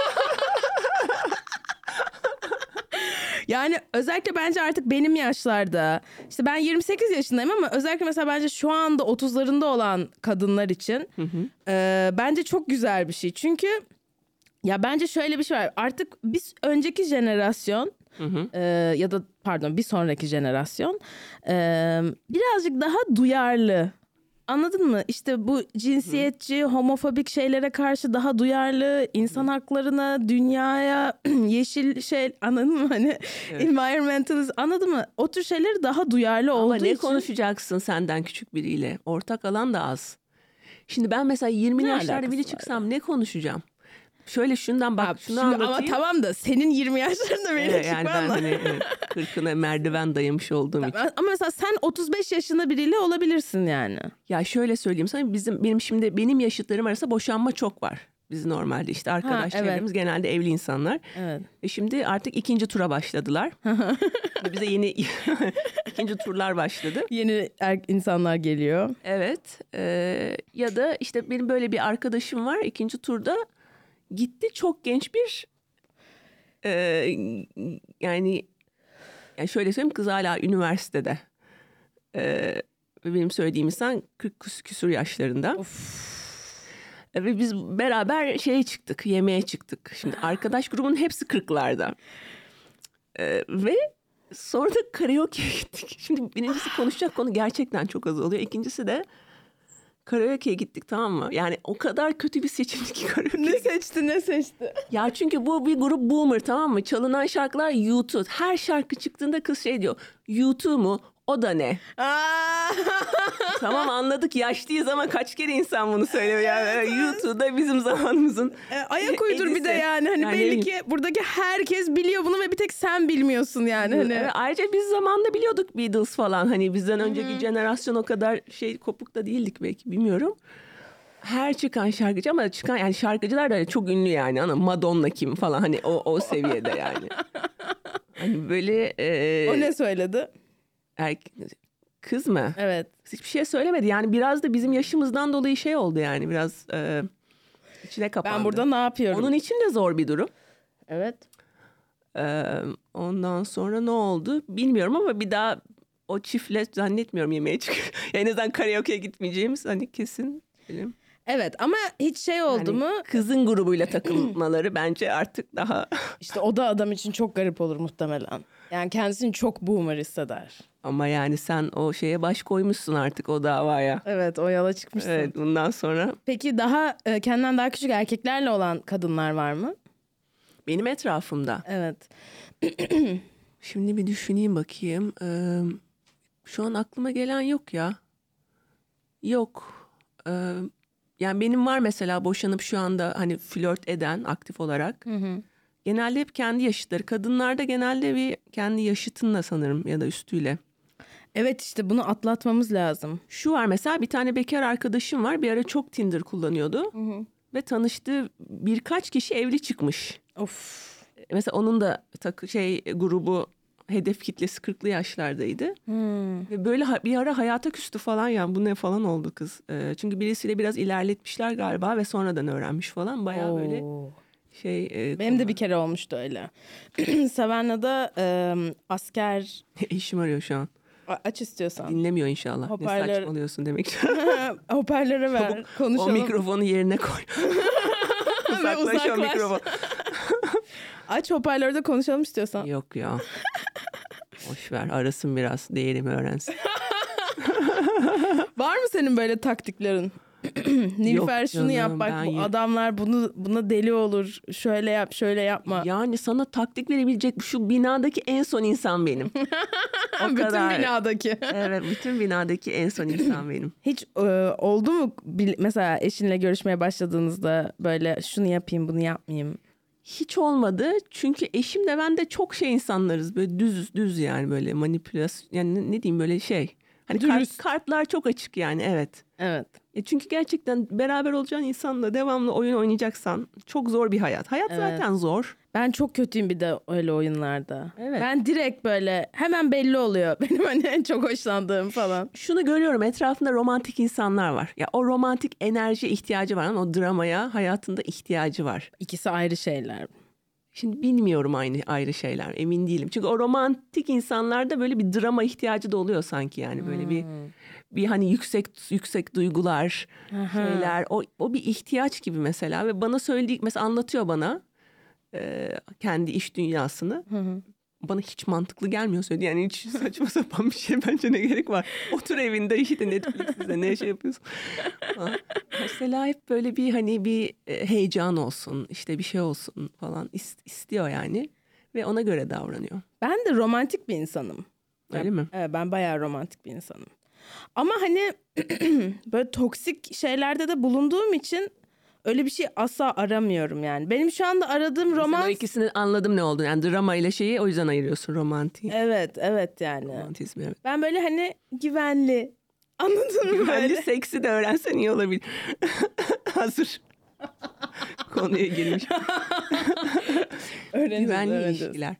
Yani özellikle bence artık benim yaşlarda, işte ben yirmi sekiz yaşındayım ama özellikle mesela bence şu anda otuzlarında olan kadınlar için Hı hı. e, bence çok güzel bir şey. Çünkü ya bence şöyle bir şey var. Artık biz önceki jenerasyon Hı hı. e, ya da pardon bir sonraki jenerasyon e, birazcık daha duyarlı. Anladın mı? İşte bu cinsiyetçi, homofobik şeylere karşı daha duyarlı, insan haklarına, dünyaya, yeşil şey, anladın mı? Hani Evet. environmentalist, anladın mı? O tür şeyleri daha duyarlı Ama olduğu ne için. konuşacaksın senden küçük biriyle? Ortak alan da az. Şimdi ben mesela yirmi Ne yaşlarda alakası biri var çıksam ne konuşacağım? Şöyle şundan bak, Ha, şunu şimdi anlatayım. ama tamam da senin yirmi yaşlarında bile Evet, yani ben çıkman hani evet, kırkına merdiven dayamış olduğum için. Ama mesela sen otuz beş yaşında biriyle olabilirsin yani. Ya şöyle söyleyeyim sana, bizim benim şimdi benim yaşıtlarım arasında boşanma çok var. Biz normalde işte arkadaş Ha, evet. çevremiz genelde evli insanlar. Evet. E şimdi artık ikinci tura başladılar. Şimdi bize yeni ikinci turlar başladı. Yeni er- insanlar geliyor. Evet. E, ya da işte benim böyle bir arkadaşım var, ikinci turda gitti, çok genç bir e, yani yani şöyle söyleyeyim, kız hala üniversitede. E, ve benim söylediğim insan kırk küsur yaşlarında. E, ve biz beraber şeye çıktık, yemeğe çıktık. Şimdi arkadaş grubunun hepsi kırklarda. E, ve sonra da karaoke'ye gittik. Şimdi birincisi konuşacak konu gerçekten çok az oluyor. İkincisi de karaoke'ye gittik, tamam mı? Yani o kadar kötü bir seçimdi ki karaoke. Ne seçti ne seçti? Ya çünkü bu bir grup boomer, tamam mı? Çalınan şarkılar YouTube. Her şarkı çıktığında kız şey diyor. YouTube mu? O da ne? Tamam, anladık, yaşlıyız ama kaç kere insan bunu söylüyor yani. YouTube'da bizim zamanımızın. E, ayak uydur bir de Edisi. yani. Hani Yani belli ne ki buradaki herkes biliyor bunu ve bir tek sen bilmiyorsun yani. Hani. Evet, ayrıca biz zamanında biliyorduk Beatles falan. Hani bizden önceki jenerasyon o kadar şey kopuk da değildik belki, bilmiyorum. Her çıkan şarkıcı, ama çıkan yani şarkıcılar da çok ünlü yani. Ana Madonna kim falan, hani o o seviyede yani. Hani böyle e, O ne söyledi? erkek, kız mı? Evet. Hiçbir şey söylemedi. Yani biraz da bizim yaşımızdan dolayı şey oldu yani, biraz e, içine kapandı. Ben burada ne yapıyorum? Onun için de zor bir durum. Evet. Ee, ondan sonra ne oldu bilmiyorum ama bir daha o çiftle zannetmiyorum yemeğe çıkıyor. En azından karaoke'ye gitmeyeceğimiz hani kesin. Benim. Evet ama hiç şey oldu Yani mu? kızın grubuyla takılmaları bence artık daha... İşte o da adam için çok garip olur muhtemelen. Yani kendisini çok boomer hisseder. Ama yani sen o şeye baş koymuşsun artık, o davaya. Evet, o yola çıkmışsın. Evet, bundan sonra Peki daha e, kendinden daha küçük erkeklerle olan kadınlar var mı? benim etrafımda. Evet. Şimdi bir düşüneyim bakayım. Ee, şu an aklıma gelen yok ya. Yok. Ee, yani benim var mesela, boşanıp şu anda hani flört eden aktif olarak. Hı hı. Genelde hep kendi yaşıtları. Kadınlarda genelde bir kendi yaşıtınla sanırım ya da üstüyle. Evet, işte bunu atlatmamız lazım. Şu var mesela, bir tane bekar arkadaşım var. Bir ara çok Tinder kullanıyordu. Hı hı. Ve tanıştığı birkaç kişi evli çıkmış. Of. Mesela onun da takı şey grubu, hedef kitlesi kırklı yaşlardaydı. Hmm. Ve böyle ha- bir ara hayata küstü falan, yani bu ne falan oldu kız. Ee, çünkü birisiyle biraz ilerletmişler galiba ve sonradan öğrenmiş falan. Bayağı böyle Oo. şey... e, Benim de konu- bir kere olmuştu öyle. Savannah'da e, asker... Eşim arıyor şu an. A- Aç istiyorsan. Dinlemiyor inşallah. Hoparlör- Ne saçmalıyorsun demek. Hoparlöre ver, O konuşalım. mikrofonu yerine koy. Uzaklaş o uzaklaş. mikrofon. Aç hoparlörde konuşalım istiyorsan. Yok ya. Boş ver, arasın biraz, değerimi öğrensin. Var mı senin böyle taktiklerin? Nilüfer şunu canım, yap bak, ben bu ya- adamlar bunu buna deli olur. Şöyle yap, şöyle yapma. Yani sana taktik verebilecek şu binadaki en son insan benim. O Bütün kadar. binadaki. Evet, bütün binadaki en son insan benim. Hiç e, oldu mu bil- mesela eşinle görüşmeye başladığınızda böyle şunu yapayım, bunu yapmayayım? Hiç olmadı çünkü eşimle ben de çok şey insanlarız, böyle düz düz yani, böyle manipülasyon, yani ne, ne diyeyim, böyle şey. Hani kalp, Dürüst. kalpler çok açık yani, evet. Evet. E çünkü gerçekten beraber olacağın insanla devamlı oyun oynayacaksan çok zor bir hayat. Hayat Evet. zaten zor. Ben çok kötüyüm bir de öyle oyunlarda. Evet. Ben direkt böyle hemen belli oluyor. Benim hani en çok hoşlandığım falan. Şunu görüyorum, etrafında romantik insanlar var. Ya o romantik enerji ihtiyacı var ama o dramaya hayatında ihtiyacı var. İkisi ayrı şeyler. Şimdi bilmiyorum, aynı ayrı şeyler, emin değilim. Çünkü o romantik insanlarda böyle bir drama ihtiyacı da oluyor sanki, yani böyle bir bir hani yüksek yüksek duygular, şeyler, o o bir ihtiyaç gibi mesela. Ve bana söylediği, mesela anlatıyor bana e, kendi iş dünyasını. Bana hiç mantıklı gelmiyor söyledi. Yani hiç saçma sapan bir şey, bence ne gerek var? Otur evinde işte Netflix'te ne şey yapıyorsun? Falan. Mesela hep böyle bir hani bir e, heyecan olsun, işte bir şey olsun falan is- istiyor yani. Ve ona göre davranıyor. Ben de romantik bir insanım. Öyle mi? Evet, ben bayağı romantik bir insanım. Ama hani böyle toksik şeylerde de bulunduğum için öyle bir şey asla aramıyorum yani. Benim şu anda aradığım Sen romans... o ikisini anladım ne oldu. Yani drama ile şeyi o yüzden ayırıyorsun, romantik. Evet, evet yani. Romantizmi, evet. Ben böyle hani güvenli, anladın mı Güvenli böyle? seksi de öğrensen iyi olabilir. Hazır. Konuya girmiş. Öğreneceğiz, Güvenli öğreneceğiz. ilişkiler.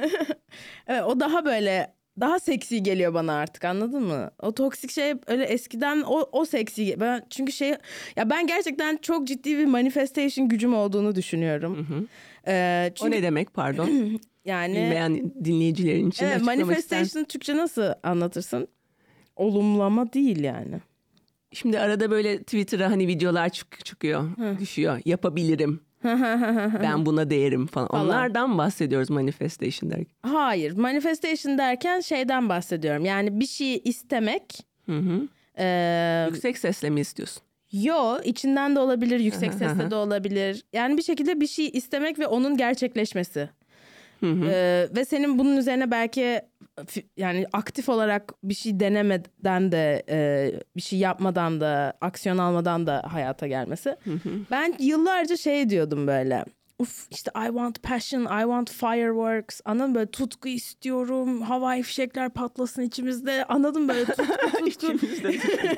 Evet, o daha böyle daha seksi geliyor bana artık, anladın mı? O toksik şey öyle eskiden o o seksi. Ben çünkü şey ya ben gerçekten çok ciddi bir manifestation gücüm olduğunu düşünüyorum. Hı hı. Ee, çünkü O ne demek, pardon? yani Bilmeyen dinleyicilerin için evet, açıklamak ister misin? manifestation'ı Türkçe nasıl anlatırsın? Olumlama değil yani. Şimdi arada böyle Twitter'a hani videolar çık- çıkıyor, düşüyor. Yapabilirim. Ben buna değerim falan. Falan. Onlardan bahsediyoruz manifestation derken. Hayır, manifestation derken şeyden bahsediyorum. Yani bir şeyi istemek. Hı hı. E, Yüksek sesle mi istiyorsun? yo, içinden de olabilir, yüksek sesle de olabilir. Yani bir şekilde bir şey istemek ve onun gerçekleşmesi. Hı hı. E, ve senin bunun üzerine belki fi- yani aktif olarak bir şey denemeden de e, bir şey yapmadan da aksiyon almadan da hayata gelmesi. Ben yıllarca şey diyordum böyle. Uf işte I want passion, I want fireworks. Anladın mı? Böyle tutku istiyorum. Havai fişekler patlasın içimizde. Anladın mı? Böyle tutku tutku. İçimizde,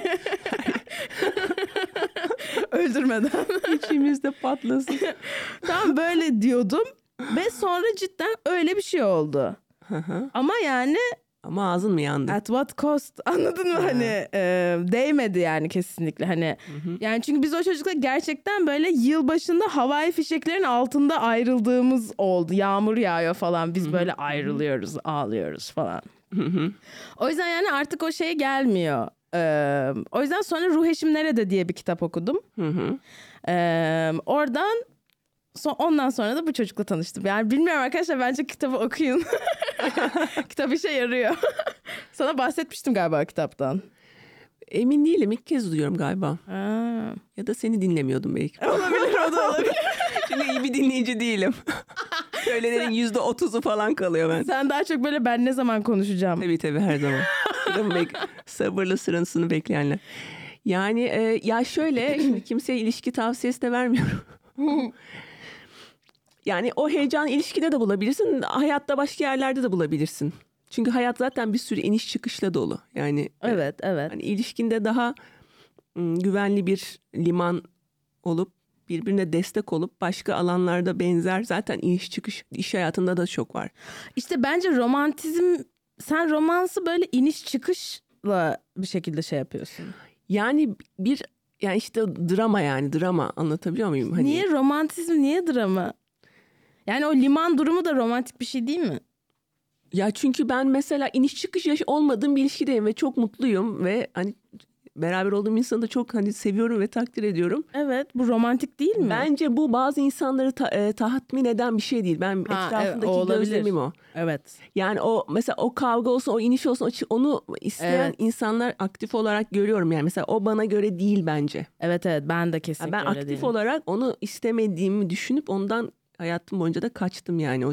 Öldürmeden. içimizde patlasın. Tam böyle diyordum. Ve sonra cidden öyle bir şey oldu. Hı hı. Ama yani Ama ağzın mı yandı? at what cost, anladın mı? Hani e, değmedi yani kesinlikle. Hani yani çünkü biz o çocukla gerçekten böyle yılbaşında havai fişeklerin altında ayrıldığımız oldu. Yağmur yağıyor falan. Biz böyle ayrılıyoruz, ağlıyoruz falan. O yüzden yani artık o şey gelmiyor. Ee, o yüzden sonra Ruh Eşim Nerede diye bir kitap okudum. Hı hı. Ee, oradan son, ondan sonra da bu çocukla tanıştım. Yani bilmiyorum arkadaşlar, bence kitabı okuyun. Kitap işe yarıyor. Sana bahsetmiştim galiba kitaptan. Emin değilim, ilk kez duyuyorum galiba. Ha. Ya da seni dinlemiyordum belki. Olabilir, o da olabilir. Çünkü iyi bir dinleyici değilim. Söylenenin yüzde otuzu falan kalıyor ben. Sen daha çok böyle ben ne zaman konuşacağım. Tabii tabii, her zaman. Sıramı bek- sabırlı sırasını bekleyenler. Yani e, ya şöyle, şimdi kimseye ilişki tavsiyesi de vermiyorum. Yani o heyecanı ilişkide de bulabilirsin, hayatta başka yerlerde de bulabilirsin. Çünkü hayat zaten bir sürü iniş çıkışla dolu. Yani Evet, evet. hani ilişkinde daha ım, güvenli bir liman olup birbirine destek olup başka alanlarda benzer zaten iniş çıkış iş hayatında da çok var. İşte bence romantizm, sen romansı böyle iniş çıkışla bir şekilde şey yapıyorsun. Yani bir yani işte drama, yani drama, anlatabiliyor muyum? Hani, Niye romantizm, niye drama? Yani o liman durumu da romantik bir şey değil mi? ya çünkü ben mesela iniş çıkış yaş olmadığım bir ilişkideyim ve çok mutluyum ve hani beraber olduğum insanı da çok hani seviyorum ve takdir ediyorum. Evet, bu romantik değil mi? Bence bu bazı insanları ta, e, tatmin eden bir şey değil. Ben Ha, etrafındaki evet, o gözlemim o. Evet. Yani o mesela o kavga olsun, o iniş olsun, onu isteyen Evet. insanlar aktif olarak görüyorum. Yani mesela o bana göre değil bence. Evet evet ben de kesinlikle Yani ben öyle aktif değilim. olarak onu istemediğimi düşünüp ondan hayatım boyunca da kaçtım yani. O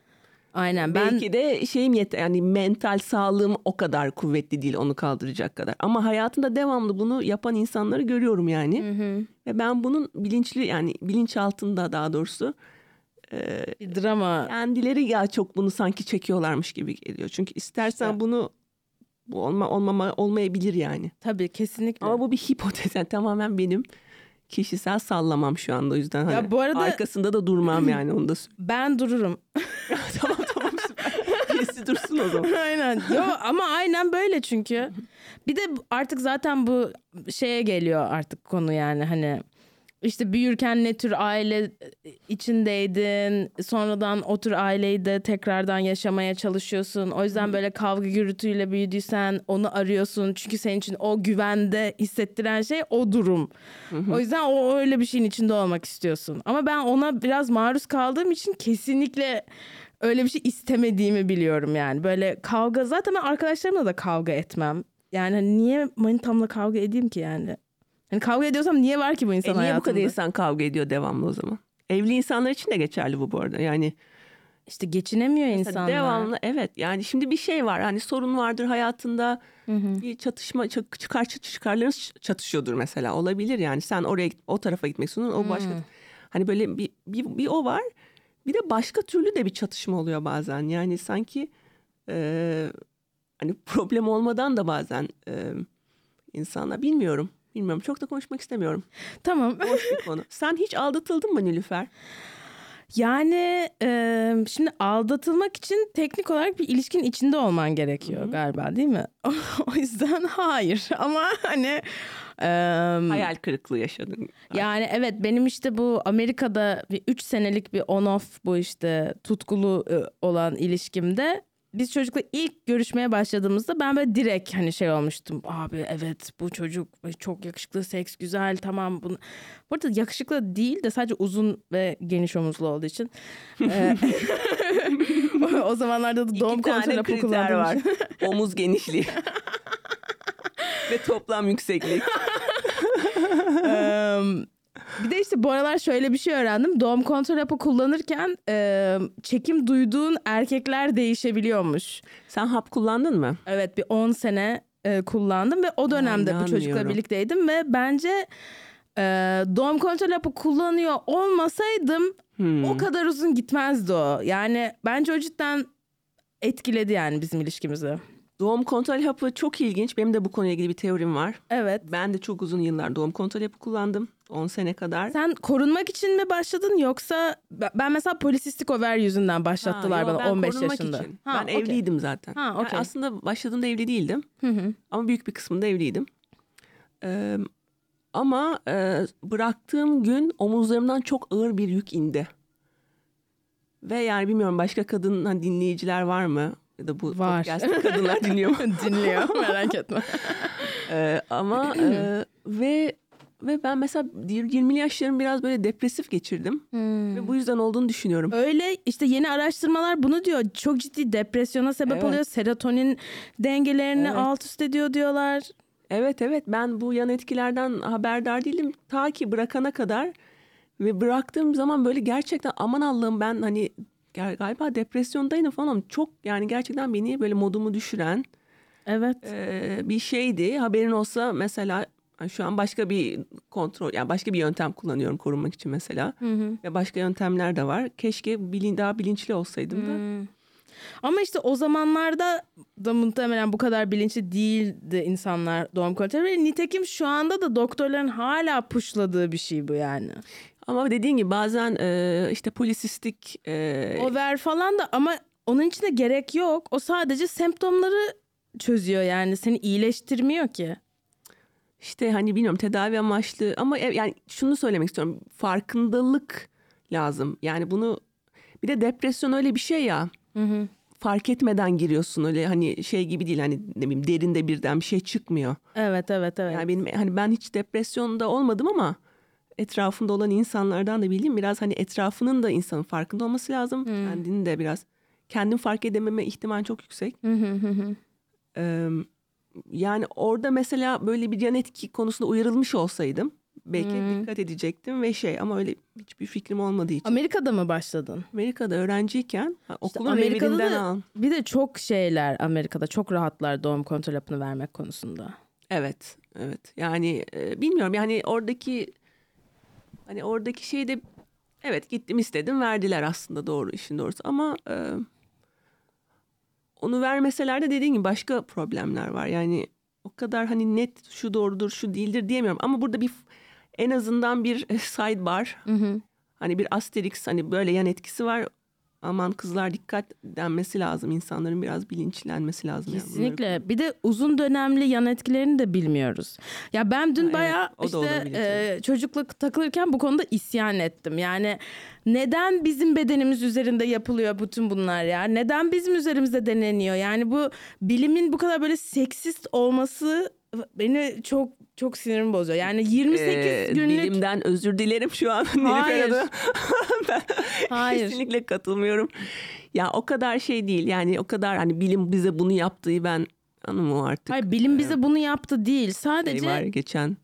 Aynen ben belki de şeyim yeter, yani mental sağlığım o kadar kuvvetli değil onu kaldıracak kadar. Ama hayatımda devamlı bunu yapan insanları görüyorum yani. Hı hı. Ve ben bunun bilinçli, yani bilinç altında daha doğrusu e, bir drama. kendileri ya çok bunu sanki çekiyorlarmış gibi geliyor. Çünkü istersen İşte. bunu bu olma olmama olmayabilir yani. Tabii kesinlikle. Ama bu bir hipotez, yani tamamen benim kişisel sallamam şu anda, o yüzden hani Ya bu arada- arkasında da durmam yani, onu da söyleyeyim. Ben dururum. Tamam tamam süper. Birisi dursun o zaman. Aynen. Yo ama aynen böyle çünkü. Bir de artık zaten bu şeye geliyor artık konu yani hani işte büyürken ne tür aile içindeydin, sonradan o tür aileyi de tekrardan yaşamaya çalışıyorsun. O yüzden böyle kavga gürültüyle büyüdüysen onu arıyorsun. Çünkü senin için o güvende hissettiren şey o durum. O yüzden o öyle bir şeyin içinde olmak istiyorsun. Ama ben ona biraz maruz kaldığım için kesinlikle öyle bir şey istemediğimi biliyorum yani. Böyle kavga, zaten ben arkadaşlarımla da kavga etmem. Yani hani niye manitamla kavga edeyim ki yani? Hani kavga ediyorsam niye var ki bu insan E niye hayatımda? bu kadar insan kavga ediyor devamlı o zaman? Evli insanlar için de geçerli bu bu arada. Yani İşte geçinemiyor insanlar. devamlı, evet. Yani şimdi bir şey var. Hani sorun vardır hayatında. Hı hı. Bir çatışma, çıkar çıkarlarınız çatışıyordur mesela. Olabilir yani. Sen oraya o tarafa gitmek istiyorsun. O başka. Hani böyle bir, bir bir o var. Bir de başka türlü de bir çatışma oluyor bazen. Yani sanki e, hani problem olmadan da bazen e, insanlar, bilmiyorum. Bilmiyorum. Çok da konuşmak istemiyorum. Tamam. Boş bir konu. Sen hiç aldatıldın mı Nilüfer? Yani e, şimdi aldatılmak için teknik olarak bir ilişkinin içinde olman gerekiyor galiba değil mi? O yüzden hayır ama hani... e, Hayal kırıklığı yaşadın. Yani evet benim işte bu Amerika'da bir üç senelik bir on-off bu işte tutkulu e, olan ilişkimde biz çocukla ilk görüşmeye başladığımızda ben böyle direkt hani şey olmuştum. Abi evet bu çocuk çok yakışıklı, seks güzel, tamam. Bunu... Bu arada yakışıklı değil de sadece uzun ve geniş omuzlu olduğu için. e, o, o zamanlarda da doğum İki kontrol tane hapı kriter kullandığım var. için. Omuz genişliği. Ve toplam yükseklik. Eee, bir de işte bu aralar şöyle bir şey öğrendim. Doğum kontrol hapı kullanırken eee, çekim duyduğun erkekler değişebiliyormuş. Sen hap kullandın mı? Evet bir on sene e, kullandım ve o dönemde bu çocukla inanmıyorum. birlikteydim ve bence e, doğum kontrol hapı kullanıyor olmasaydım Hmm. o kadar uzun gitmezdi o. Yani bence o cidden etkiledi yani bizim ilişkimizi. Doğum kontrol hapı çok ilginç. Benim de bu konuyla ilgili bir teorim var. Evet. Ben de çok uzun yıllar doğum kontrol hapı kullandım. on sene kadar. Sen korunmak için mi başladın yoksa ben mesela polisistik over yüzünden başlattılar Ha, yo, bana ben on beş korunmak yaşında. için. Ha, ben okey. evliydim zaten. Ha, Yani okey. aslında başladığımda evli değildim. Hı hı. Ama büyük bir kısmında evliydim. Ee, ama e, bıraktığım gün omuzlarımdan çok ağır bir yük indi. Ve yani bilmiyorum, başka kadın hani dinleyiciler var mı? Ya da bu Var. podcast kadınlar dinliyor mu? Dinliyor merak etme. Ee, ama e, ve ve ben mesela yirmili yaşlarım biraz böyle depresif geçirdim. Ve bu yüzden olduğunu düşünüyorum. Öyle işte yeni araştırmalar bunu diyor. Çok ciddi depresyona sebep Evet. oluyor. Serotonin dengelerini Evet. alt üst ediyor diyorlar. Evet evet, ben bu yan etkilerden haberdar değilim ta ki bırakana kadar. Ve bıraktığım zaman böyle gerçekten aman Allah'ım, ben hani galiba depresyondaydım falan. Çok yani gerçekten beni böyle modumu düşüren Evet. e, bir şeydi. Haberin olsa mesela şu an başka bir kontrol, yani başka bir yöntem kullanıyorum korunmak için mesela. Hı hı. Ve başka yöntemler de var. Keşke bilin, daha bilinçli olsaydım da. Hmm. Ama işte o zamanlarda da muhtemelen bu kadar bilinçli değildi insanlar doğum kontrolü. Nitekim şu anda da doktorların hala puşladığı bir şey bu yani. Ama dediğin gibi bazen e, işte polisistik e, Over falan da ama onun için de gerek yok. O sadece semptomları çözüyor yani seni iyileştirmiyor ki. işte hani bilmiyorum, tedavi amaçlı ama ev- yani şunu söylemek istiyorum, farkındalık lazım. Yani bunu, bir de depresyon öyle bir şey ya. Hı hı. fark etmeden giriyorsun, öyle hani şey gibi değil, hani ne bileyim derinde birden bir şey çıkmıyor. Evet evet evet. Yani benim hani ben hiç depresyonda olmadım ama etrafında olan insanlardan da bildiğim biraz hani etrafının da insanın farkında olması lazım. Hmm. Kendini de biraz kendin fark edememe ihtimali çok yüksek. ee, yani orada mesela böyle bir yan etki konusunda uyarılmış olsaydım belki hmm. dikkat edecektim ve şey, ama öyle hiçbir fikrim olmadığı için. Amerika'da mı başladın? Amerika'da öğrenciyken ha, işte okulun rehberinden al. Bir de çok şeyler Amerika'da, çok rahatlar doğum kontrol hapını vermek konusunda. Evet, evet. Yani e, bilmiyorum yani oradaki hani oradaki şeyde evet gittim istedim verdiler aslında, doğru, işin doğrusu, ama e, onu vermeseler de dediğin gibi başka problemler var. Yani o kadar hani net şu doğrudur şu değildir diyemiyorum ama burada bir en azından bir sidebar, hı hı. hani bir asterix, hani böyle yan etkisi var. Aman kızlar dikkat denmesi lazım. İnsanların biraz bilinçlenmesi lazım. Kesinlikle. Yani bir de uzun dönemli yan etkilerini de bilmiyoruz. Ya ben dün ha, bayağı evet, işte e, çocukla takılırken bu konuda isyan ettim. Yani neden bizim bedenimiz üzerinde yapılıyor bütün bunlar ya? Neden bizim üzerimizde deneniyor? Yani bu bilimin bu kadar böyle seksist olması beni çok çok sinirimi bozuyor. Yani yirmi sekiz ee, günlük... Bilimden özür dilerim şu an. Hayır. ben Hayır. Kesinlikle katılmıyorum. Ya o kadar şey değil. Yani o kadar hani bilim bize bunu yaptığı ben anlamam artık. Hayır, bilim bize bunu yaptı değil. Sadece... Şey var geçen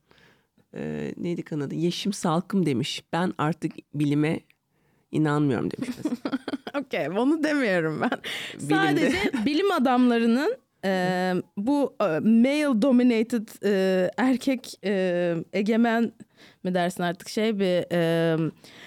e, neydi kanadı? Yeşim Salkım demiş. Ben artık bilime inanmıyorum demiş mesela. Okey, onu demiyorum ben. Bilimde. Sadece bilim adamlarının Ee, bu male dominated e, erkek e, egemen mi dersin artık şey bir e,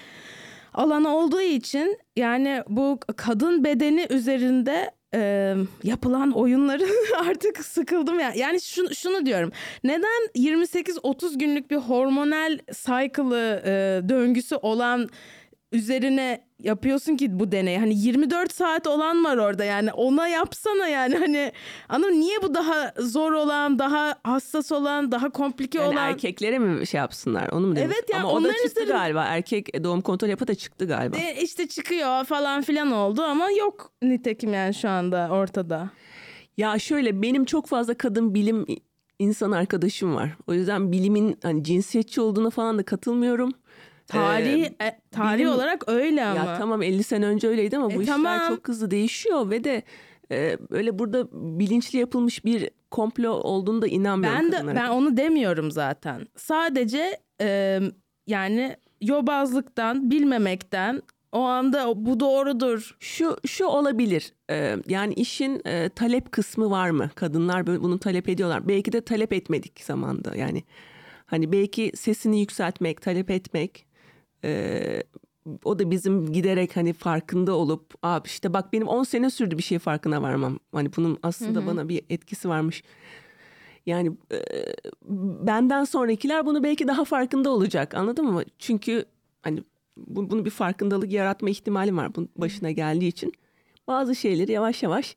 alan olduğu için, yani bu kadın bedeni üzerinde e, yapılan oyunların artık sıkıldım ya. Yani şunu, şunu diyorum, neden yirmi sekiz otuz günlük bir hormonal cycle'ı e, döngüsü olan üzerine yapıyorsun ki bu deney? Hani yirmi dört saat olan var orada, yani ona yapsana yani, hani anladın, niye bu daha zor olan, daha hassas olan, daha komplike yani olan? Erkeklere mi şey yapsınlar, onu mu demek? Evet yani ama o da çıktı üzerine... galiba, erkek doğum kontrol yapı da çıktı galiba. E işte çıkıyor falan filan oldu ama yok nitekim yani şu anda ortada. Ya şöyle, benim çok fazla kadın bilim insan arkadaşım var. O yüzden bilimin hani cinsiyetçi olduğuna falan da katılmıyorum. Tarihi ee, tarih bilim, olarak öyle ama. Ya tamam elli sene önce öyleydi ama e, bu tamam. işler çok hızlı değişiyor ve de e, öyle burada bilinçli yapılmış bir komplo olduğunu da inanmıyorum. Ben de ben onu demiyorum zaten. Sadece e, yani yobazlıktan, bilmemekten, o anda bu doğrudur. Şu şu olabilir. Ee, yani işin e, talep kısmı var mı? Kadınlar böyle bunu talep ediyorlar. Belki de talep etmedik zamanda. Yani hani belki sesini yükseltmek, talep etmek, e, o da bizim giderek hani farkında olup, abi işte bak benim on sene sürdü bir şey farkına varmam. Hani bunun aslında hı hı. bana bir etkisi varmış. Yani e, benden sonrakiler bunu belki daha farkında olacak. Anladın mı? Çünkü hani bunu bir farkındalık yaratma ihtimalim var bunun başına geldiği için. Bazı şeyleri yavaş yavaş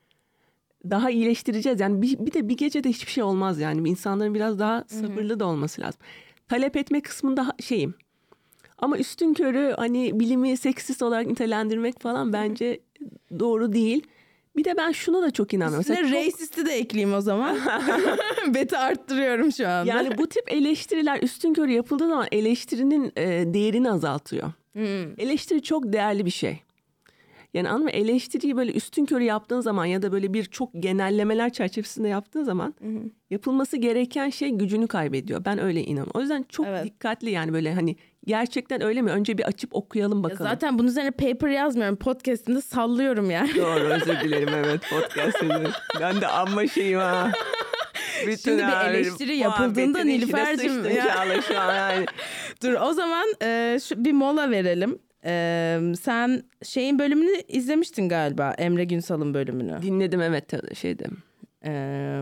daha iyileştireceğiz. Yani bir, bir de bir gecede hiçbir şey olmaz yani. İnsanların biraz daha sabırlı Hı-hı. da olması lazım. Talep etme kısmında şeyim. Ama üstünkörü hani bilimi seksist olarak nitelendirmek falan bence doğru değil. Bir de ben şuna da çok inanıyorum. Üstüne çok... racist'i de ekleyeyim o zaman. Beti arttırıyorum şu anda. Yani bu tip eleştiriler üstünkörü yapıldığı zaman eleştirinin e, değerini azaltıyor. Hmm. Eleştiri çok değerli bir şey. Yani anladın mı? Eleştiriyi böyle üstünkörü yaptığın zaman ya da böyle bir çok genellemeler çerçevesinde yaptığın zaman hmm. yapılması gereken şey gücünü kaybediyor. Ben öyle inanıyorum. O yüzden çok evet. dikkatli yani böyle hani gerçekten öyle mi? Önce bir açıp okuyalım bakalım. Ya zaten bunun üzerine paper yazmıyorum. Podcast'imde sallıyorum yani. Doğru, özür dilerim, evet, podcast'imde. Ben de amma şeyim ha. Bütün Şimdi bir eleştiri yapıldığında Nilüfer'cim ya. Şu an yani. Dur o zaman e, şu, bir mola verelim. E, sen şeyin bölümünü izlemiştin galiba, Emre Günsal'ın bölümünü. Dinledim, evet, şeyde. E,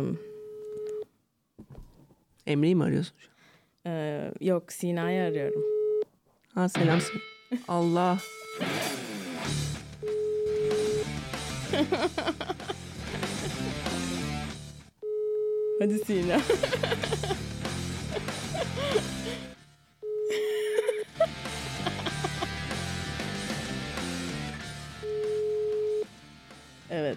Emre'yi mi arıyorsun şu an? E, yok, Sina'yı arıyorum. Ha, selam. Allah. Hadi Sina. Evet.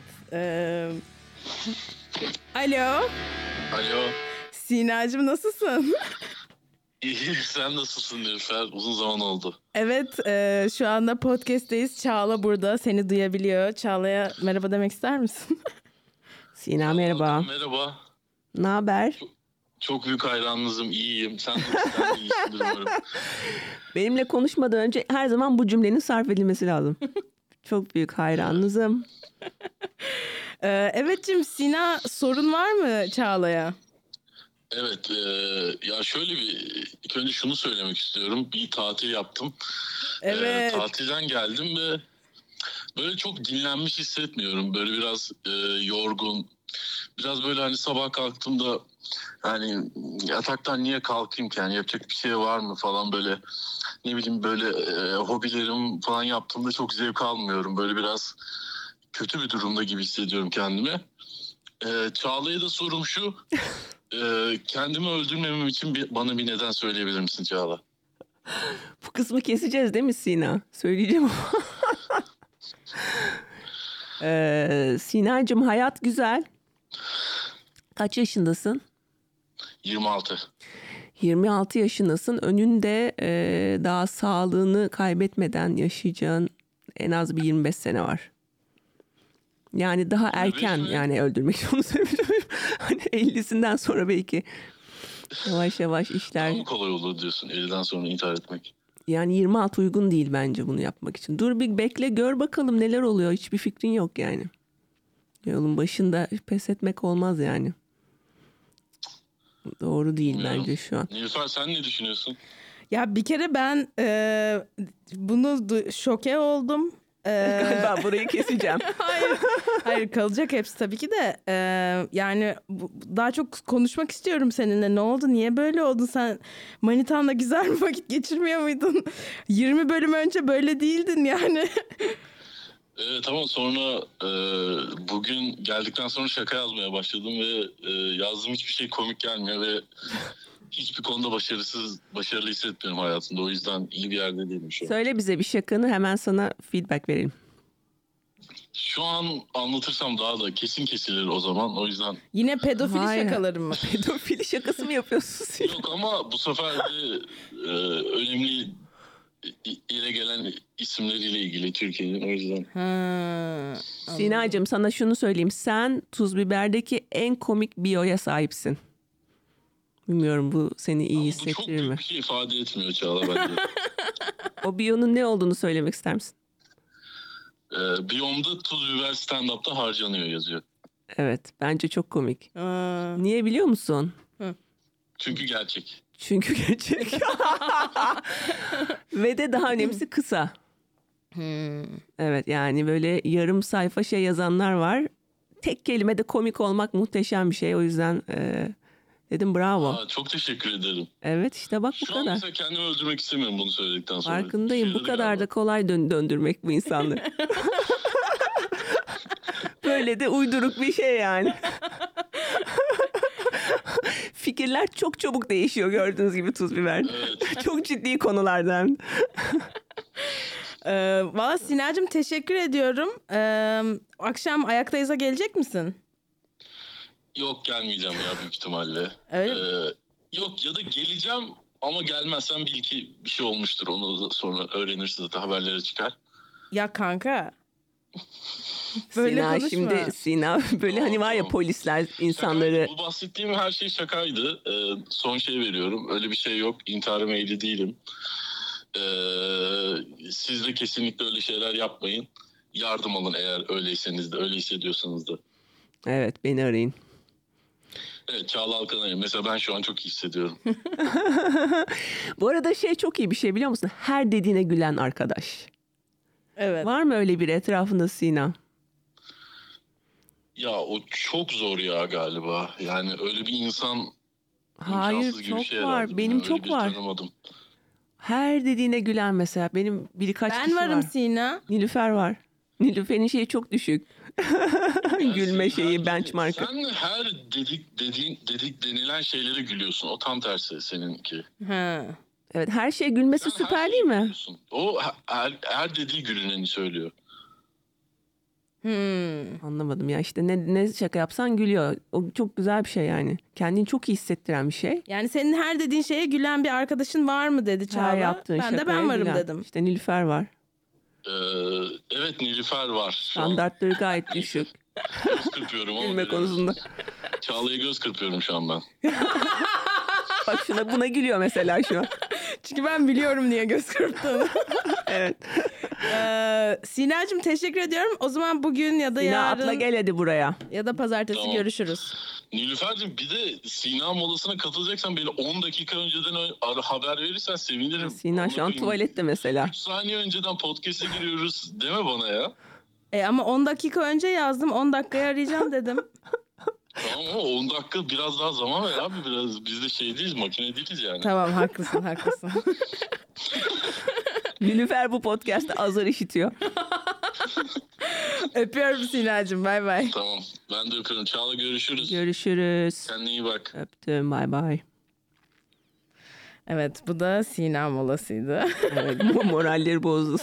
Alo. Alo. Sinacığım nasılsın? İyi, sen nasılsın Nilüfer? Uzun zaman oldu. Evet, e, şu anda podcast'teyiz. Çağla burada. Seni duyabiliyor. Çağla'ya merhaba demek ister misin? Sina merhaba. Merhaba. Ne haber? Çok, çok büyük hayranınızım. İyiyim. Sen de, sen de iyisindir umarım. Benimle konuşmadan önce her zaman bu cümlenin sarf edilmesi lazım. Çok büyük hayranınızım. Ee, evetciğim, Sina, sorun var mı Çağla'ya? Evet. E, ya şöyle bir... ilk önce şunu söylemek istiyorum. Bir tatil yaptım. Evet. E, tatilden geldim ve böyle çok dinlenmiş hissetmiyorum. Böyle biraz e, yorgun. Biraz böyle hani sabah kalktığımda hani yataktan niye kalkayım ki? Yani yapacak bir şey var mı falan böyle... Ne bileyim böyle e, hobilerim falan yaptığımda çok zevk almıyorum. Böyle biraz kötü bir durumda gibi hissediyorum kendimi. E, Çağla'ya da sorum şu. E, kendimi öldürmemem için bir, bana bir neden söyleyebilir misin Çağla? Bu kısmı keseceğiz değil mi Sina? Söyleyeceğim ama. ee, Sinacığım, hayat güzel. Kaç yaşındasın? yirmi altı. yirmi altı yaşındasın. Önünde e, daha sağlığını kaybetmeden yaşayacağın en az bir yirmi beş sene var. Yani daha erken mi? yani öldürmek onu söylüyorum. Hani ellisinden sonra belki yavaş yavaş işler. Daha mı kolay olur diyorsun elliden sonra intihar etmek? Yani yirmi altı uygun değil bence bunu yapmak için. Dur bir bekle, gör bakalım neler oluyor. Hiçbir fikrin yok yani. Yolun başında pes etmek olmaz yani. Doğru değil Bilmiyorum. bence şu an. Nilüfer, sen ne düşünüyorsun? Ya bir kere ben e, bunu du- şoke oldum. E, Galiba burayı keseceğim. hayır, hayır kalacak hepsi tabii ki de. E, yani bu- daha çok konuşmak istiyorum seninle. Ne oldu? Niye böyle oldun? Sen manitanla güzel bir vakit geçirmiyor muydun? yirmi bölüm önce böyle değildin yani. Ee, tamam sonra e, bugün geldikten sonra şaka yazmaya başladım ve e, yazdığım hiçbir şey komik gelmiyor ve hiçbir konuda başarısız, başarılı hissetmiyorum hayatımda. O yüzden iyi bir yerde değilim şu an. Söyle bize bir şakanı, hemen sana feedback verelim. Şu an anlatırsam daha da kesin kesilir o zaman. O yüzden Yine pedofili Hayır. şakalarım mı? Pedofili şakası mı yapıyorsun sen? yok ama bu sefer de e, önemli i- ile gelen isimleriyle ilgili Türkiye'nin, o yüzden. Ha, Sinacığım, sana şunu söyleyeyim. Sen Tuz Biber'deki en komik biyoya sahipsin. Bilmiyorum, bu seni iyi Ama bu çok hissettirir mi? büyük bir şey ifade etmiyor Çağla bence. O biyonun ne olduğunu söylemek ister misin? e, Biyomda tuz biber stand-up'ta harcanıyor yazıyor. Evet, bence çok komik. Aa. Niye biliyor musun? Çünkü gerçek. Çünkü gerçek. Ve de daha önemlisi kısa. Hmm. Evet, yani böyle yarım sayfa şey yazanlar var. Tek kelimede komik olmak muhteşem bir şey. O yüzden e, dedim bravo. Aa, çok teşekkür ederim. Evet, işte bak bu Şu an kadar. mesela kendimi öldürmek istemiyorum bunu söyledikten sonra. Farkındayım. Bu Şeyleri kadar galiba. da kolay dön- döndürmek bu insanları. Böyle de uyduruk bir şey yani. Fikirler çok çabuk değişiyor gördüğünüz gibi Tuz Biber. Evet. Çok ciddi konulardan. Ee, Valla Sinacığım, teşekkür ediyorum. Ee, akşam Ayaktayız'a gelecek misin? Yok, gelmeyeceğim ya büyük ihtimalle. Öyle mi? Ee, yok ya da geleceğim ama gelmezsem bil ki bir şey olmuştur. Onu da sonra öğrenirsiniz, zaten haberlere çıkar. Ya kanka. Böyle Sina konuşma. şimdi Sina böyle hani var ya Tamam. polisler Şakaydı. insanları Bu bahsettiğim her şey şakaydı. Ee, son şey veriyorum. Öyle bir şey yok. İntihara meyilli değilim. Ee, siz de kesinlikle öyle şeyler yapmayın. Yardım alın eğer öyleyseniz de, öyle hissediyorsanız da. evet beni arayın. Evet, Çağla Alkan'a mesela ben şu an çok iyi hissediyorum. Bu arada şey çok iyi bir şey biliyor musun? Her dediğine gülen arkadaş. Evet. Var mı öyle bir etrafında Sina? Ya o çok zor ya galiba. Yani öyle bir insan Hayır, imkansız gibi bir çok şey var. herhalde. Benim Öyle çok biri var. tanımadım. Her dediğine gülen mesela. Benim birkaç Ben kişi varım var. Sina. Nilüfer var. Nilüfer'in şeyi çok düşük. Gülme Sen şeyi her- benchmark'ı. Sen her dedik dediğin dedik denilen şeylere gülüyorsun. O tam tersi seninki. Ha. Evet, her şey gülmesi Sen her süper şeye değil mi? gülüyorsun. O her, her dediği gülüneni söylüyor. Hmm. Anlamadım ya işte ne, ne şaka yapsan gülüyor. O çok güzel bir şey yani. Kendini çok iyi hissettiren bir şey. Yani senin her dediğin şeye gülen bir arkadaşın var mı dedi Çağla. Her yaptığın Ben de şakaya ben varım gülen. dedim. İşte Nilüfer var. Ee, evet Nilüfer var. Şu an Standartları gayet düşük. göz kırpıyorum ama Gülme biraz. konusunda. Çağla'ya göz kırpıyorum şu an ben. Bak şuna buna gülüyor mesela şu an. Çünkü ben biliyorum niye göz kırptığını. Evet. Ee, Sinacığım teşekkür ediyorum. O zaman bugün ya da Sina yarın atla gel hadi buraya. ya da pazartesi Tamam. görüşürüz. Nilüfer'cim bir de Sina molasına katılacaksan beni on dakika önceden ö- ara- haber verirsen sevinirim. Sina şu an Vallahi tuvalette mesela. üç saniye önceden podcast'e giriyoruz deme bana ya. E ama on dakika önce yazdım. on dakikaya arayacağım dedim. Tamam ama on dakika biraz daha zaman ver abi biraz. Biz de şey değiliz, makine değiliz yani. Tamam haklısın haklısın. Nilüfer bu podcast'ta azar işitiyor. Öpüyorum Sinacığım, bay bay. Tamam ben de öpüyorum. Çağla görüşürüz. Görüşürüz. Kendine iyi bak. Öptüm. Bay bay. Evet, bu da Sina molasıydı. Evet, bu moralleri bozdu.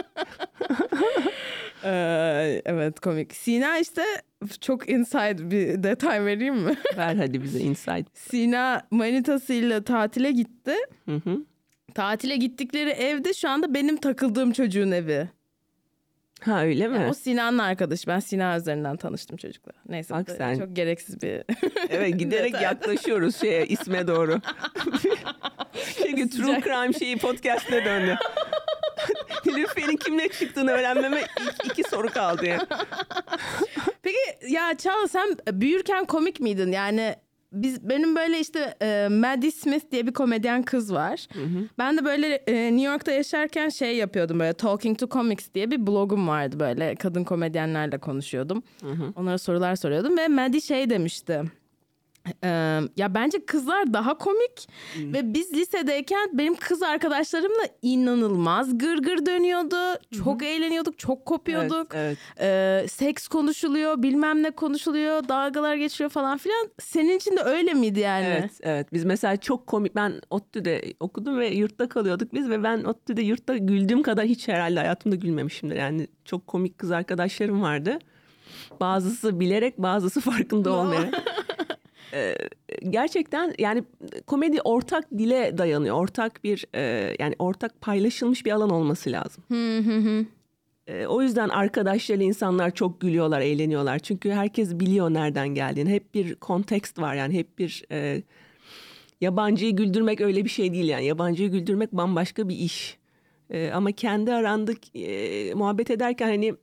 Ee, evet, komik. Sina işte çok inside bir detay vereyim mi? Ver hadi bize insight. Sina manitasıyla tatile gitti. Hı hı. Tatile gittikleri evde şu anda benim takıldığım çocuğun evi. Ha öyle mi? Yani o Sina'nın arkadaşı. Ben Sina üzerinden tanıştım çocukla. Neyse, Bak bu da sen. çok gereksiz bir... Evet giderek detay. yaklaşıyoruz şeye isme doğru. Çünkü True Crime şeyi podcast'ine döndü. Nilüfer'in kimle çıktığını öğrenmeme ilk iki soru kaldı yani. Peki ya Çağla, sen büyürken komik miydin? Yani biz benim böyle işte e, Maddie Smith diye bir komedyen kız var. Hı hı. Ben de böyle e, New York'ta yaşarken şey yapıyordum, böyle Talking to Comics diye bir blogum vardı, böyle kadın komedyenlerle konuşuyordum. Hı hı. Onlara sorular soruyordum ve Maddie şey demişti. Ee, ya bence kızlar daha komik hmm. ve biz lisedeyken benim kız arkadaşlarımla inanılmaz gırgır dönüyordu. Çok hmm. eğleniyorduk, çok kopuyorduk. Evet, evet. Ee, seks konuşuluyor, bilmem ne konuşuluyor, dalgalar geçiyor falan filan. Senin için de öyle miydi yani? Evet, evet. Biz mesela çok komik. Ben ODTÜ'de okudum ve yurtta kalıyorduk biz ve ben ODTÜ'de yurtta güldüğüm kadar hiç herhalde hayatımda gülmemişimdir. Yani çok komik kız arkadaşlarım vardı. Bazısı bilerek, bazısı farkında olmayarak. Ee, gerçekten yani komedi ortak dile dayanıyor. Ortak bir e, yani ortak paylaşılmış bir alan olması lazım. ee, o yüzden arkadaşlarıyla insanlar çok gülüyorlar, eğleniyorlar. Çünkü herkes biliyor nereden geldiğini. Hep bir kontekst var yani hep bir e, yabancıyı güldürmek öyle bir şey değil yani. Yabancıyı güldürmek bambaşka bir iş. E, ama kendi aranda e, muhabbet ederken hani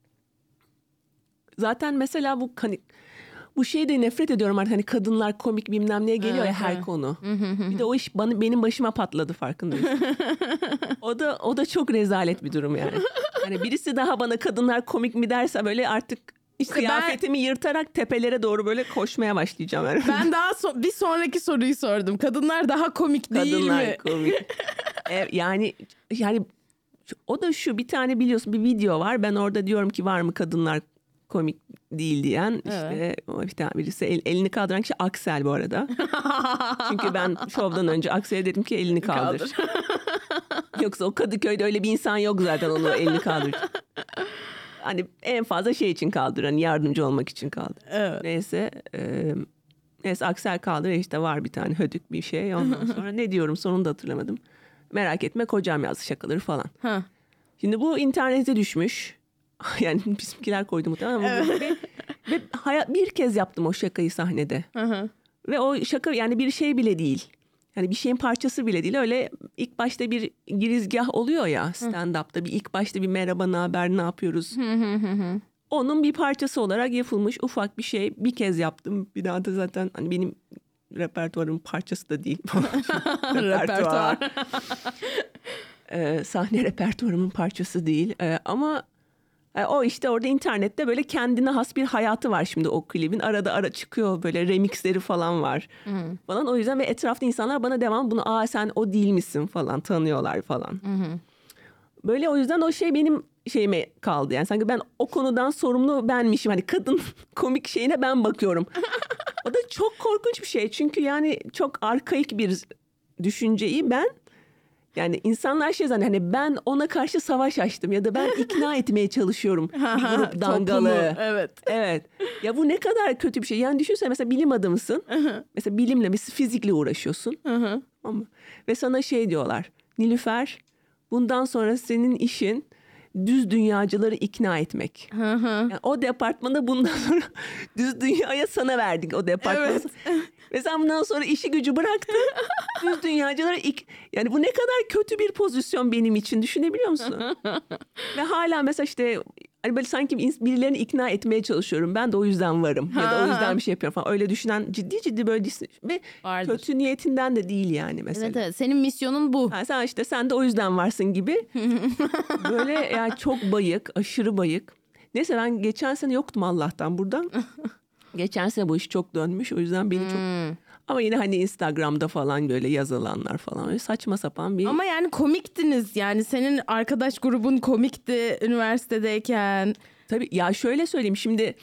zaten mesela bu hani bu şeyi de nefret ediyorum artık, hani kadınlar komik bilmem neye geliyor evet, ya her evet. konu. Bir de o iş bana, benim başıma patladı, farkındayım. o da o da çok rezalet bir durum yani. Hani birisi daha bana kadınlar komik mi derse böyle artık işte kıyafetimi ben... yırtarak tepelere doğru böyle koşmaya başlayacağım. Yani. Ben daha so- bir sonraki soruyu sordum. Kadınlar daha komik değil kadınlar mi? Kadınlar komik. evet, yani yani o da şu, bir tane biliyorsun bir video var. Ben orada diyorum ki var mı kadınlar komik değil diyen, işte evet. bir tane birisi el, elini kaldıran kişi Aksel bu arada. Çünkü ben şovdan önce Aksel'e dedim ki elini kaldır. kaldır. Yoksa o Kadıköy'de öyle bir insan yok zaten onu elini kaldır. Hani en fazla şey için kaldır, hani yardımcı olmak için kaldır. Evet. Neyse e, neyse Aksel kaldır, işte var bir tane hödük bir şey. Ondan sonra ne diyorum sonunda hatırlamadım. Merak etme kocam yazdı şakaları falan. Ha. Şimdi bu internete düşmüş. Yani bizimkiler koydu muhtemelen ama evet. ve, ve hayat, bir kez yaptım o şakayı sahnede. Hı hı. Ve o şaka yani bir şey bile değil. Yani bir şeyin parçası bile değil. Öyle ilk başta bir girizgah oluyor ya stand-up'ta. Bir ilk başta bir merhaba, ne haber, ne yapıyoruz? Hı hı hı. Onun bir parçası olarak yapılmış ufak bir şey. Bir kez yaptım. Bir daha da zaten hani benim repertuarımın parçası da değil. Repertuar. ee, sahne repertuarımın parçası değil. Ee, ama o işte orada internette böyle kendine has bir hayatı var şimdi o klibin. Arada ara çıkıyor, böyle remixleri falan var. Hı. Falan. O yüzden ve etrafta insanlar bana devam bunu aa sen o değil misin falan tanıyorlar falan. Hı. Böyle o yüzden o şey benim şeyime kaldı. Yani sanki ben o konudan sorumlu benmişim. Hani kadın komik şeyine ben bakıyorum. O da çok korkunç bir şey. Çünkü yani çok arkaik bir düşünceyi ben Yani insanlar şey zannediyor hani ben ona karşı savaş açtım ya da ben ikna etmeye çalışıyorum bir grup dangalı. Toplumu, evet. Evet. Ya bu ne kadar kötü bir şey. Yani düşünsene mesela bilim adamısın. Mesela bilimle, mesela fizikle uğraşıyorsun. Ama ve sana şey diyorlar. Nilüfer, bundan sonra senin işin düz dünyacıları ikna etmek. Yani o departmanda bundan sonra düz dünyaya sana verdik o departmanı. Evet. Ve sen bundan sonra işi gücü bıraktın. Düz dünyacılara ik... Yani bu ne kadar kötü bir pozisyon benim için, düşünebiliyor musun? Ve hala mesela işte hani böyle sanki birilerini ikna etmeye çalışıyorum. Ben de o yüzden varım ya da o yüzden bir şey yapıyorum falan. Öyle düşünen ciddi ciddi böyle ve Vardır. kötü niyetinden de değil yani mesela. Evet evet, senin misyonun bu. Ha, sen işte sen de o yüzden varsın gibi. Böyle yani çok bayık, aşırı bayık. Neyse ben geçen sene yoktum Allah'tan buradan. Geçen sene bu iş çok dönmüş, o yüzden beni çok... Ama yine hani Instagram'da falan böyle yazılanlar falan öyle saçma sapan bir... Ama yani komiktiniz, yani senin arkadaş grubun komikti üniversitedeyken. Tabii ya şöyle söyleyeyim şimdi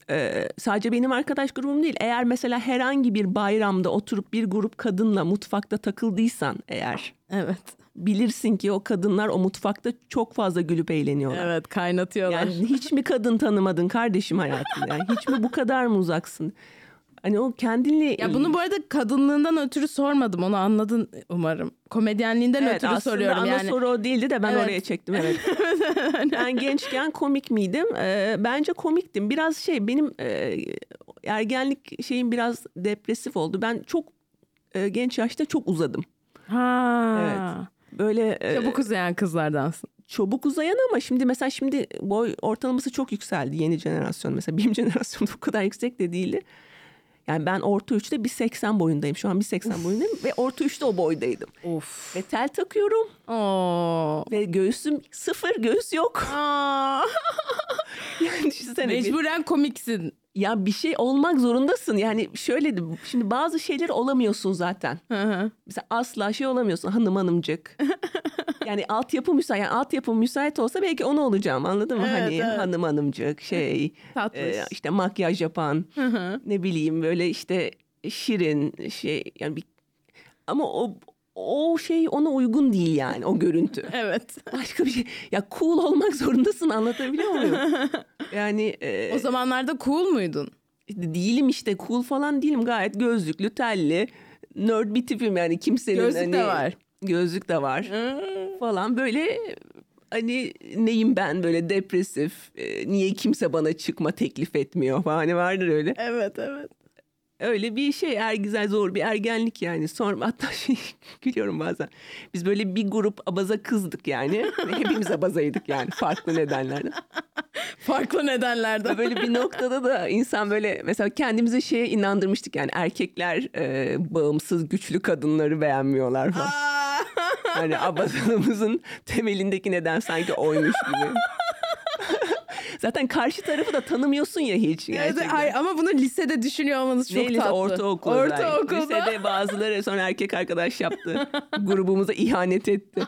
e, sadece benim arkadaş grubum değil. Eğer mesela herhangi bir bayramda oturup bir grup kadınla mutfakta takıldıysan eğer... Evet. Bilirsin ki o kadınlar o mutfakta çok fazla gülüp eğleniyorlar. Evet, kaynatıyorlar. Yani hiç mi kadın tanımadın kardeşim hayatında? Yani hiç mi bu kadar mı uzaksın? Hani o kendinle... Ya bunu bu arada kadınlığından ötürü sormadım. Onu anladın umarım. Komedyenliğinden evet, ötürü soruyorum yani. yani. Soru o değildi de ben Evet. oraya çektim evet. Ben gençken komik miydim? Ee, bence komiktim. Biraz şey benim e, ergenlik şeyim biraz depresif oldu. Ben çok e, genç yaşta çok uzadım. Ha. Evet. Böyle e, Çabuk uzayan kızlardansın. çabuk uzayan ama şimdi mesela şimdi boy ortalaması çok yükseldi yeni jenerasyon. Mesela benim jenerasyonum bu kadar yüksek de değildi. Yani ben orta üçte bir seksen boyundayım. Şu an bir seksen boyundayım ve orta üçte o boydaydım. Of. Ve tel takıyorum. Oo. Ve göğsüm sıfır, göğüs yok. Aa. Yani düşünsene. bir- Mecburen komiksin. Ya bir şey olmak zorundasın. Yani şöyle de şimdi bazı şeyler olamıyorsun zaten. Hı hı. Mesela asla şey olamıyorsun hanım hanımcık. Yani altyapı müsait. Yani altyapı müsait olsa belki onu olacağım, anladın mı? Evet, hani evet. hanım hanımcık şey Tatlış. e, işte makyaj yapan Hı hı. ne bileyim böyle işte şirin şey yani bir ama o o şey ona uygun değil yani o görüntü. Evet. Başka bir şey. Ya cool olmak zorundasın, anlatabiliyor muyum? Yani e, O zamanlarda cool muydun? değilim işte, cool falan değilim, gayet gözlüklü telli nerd bir tipim yani kimsenin Gözlük hani, de var. Gözlük de var falan böyle hani neyim ben böyle depresif, e, niye kimse bana çıkma teklif etmiyor falan, hani vardır öyle. Evet evet. Öyle bir şey, er güzel zor bir ergenlik yani. Sonra hatta şey gülüyorum bazen. Biz böyle bir grup abaza kızdık yani. Hepimiz abazaydık yani farklı nedenlerden. Farklı nedenlerden. Böyle bir noktada da insan böyle mesela kendimize şeye inandırmıştık yani erkekler e, bağımsız güçlü kadınları beğenmiyorlar falan. Hani abazalığımızın temelindeki neden sanki oymuş gibi. Zaten karşı tarafı da tanımıyorsun ya hiç. Evet, Gerçekten. hayır, ama bunu lisede düşünüyor olmanız çok Ne lise, tatlı. ortaokul. Ortaokulda. Lisede bazıları sonra erkek arkadaş yaptı. Grubumuza ihanet etti.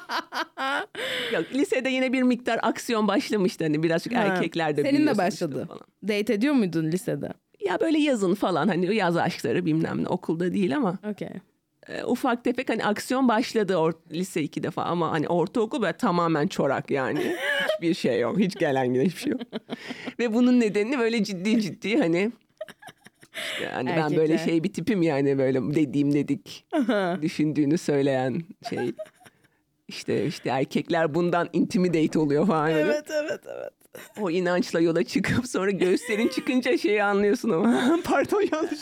Yok, lisede yine bir miktar aksiyon başlamıştı. Hani birazcık Ha, erkekler de seninle biliyorsun başladı. işte falan. Date ediyor muydun lisede? Ya böyle yazın falan hani yaz aşkları bilmem ne, okulda değil ama Okey. e, ufak tefek hani aksiyon başladı or- lise iki defa ama hani ortaokul böyle tamamen çorak yani. Hiçbir şey yok. Hiç gelen giden hiçbir şey yok. Ve bunun nedeni böyle ciddi ciddi hani işte hani ben böyle Erkekler. şey bir tipim yani, böyle dediğim dedik düşündüğünü söyleyen şey. İşte işte erkekler bundan intimidate oluyor falan. öyle. Evet evet evet. O inançla yola çıkıp sonra göğüslerin çıkınca şeyi anlıyorsun ama pardon yanlış.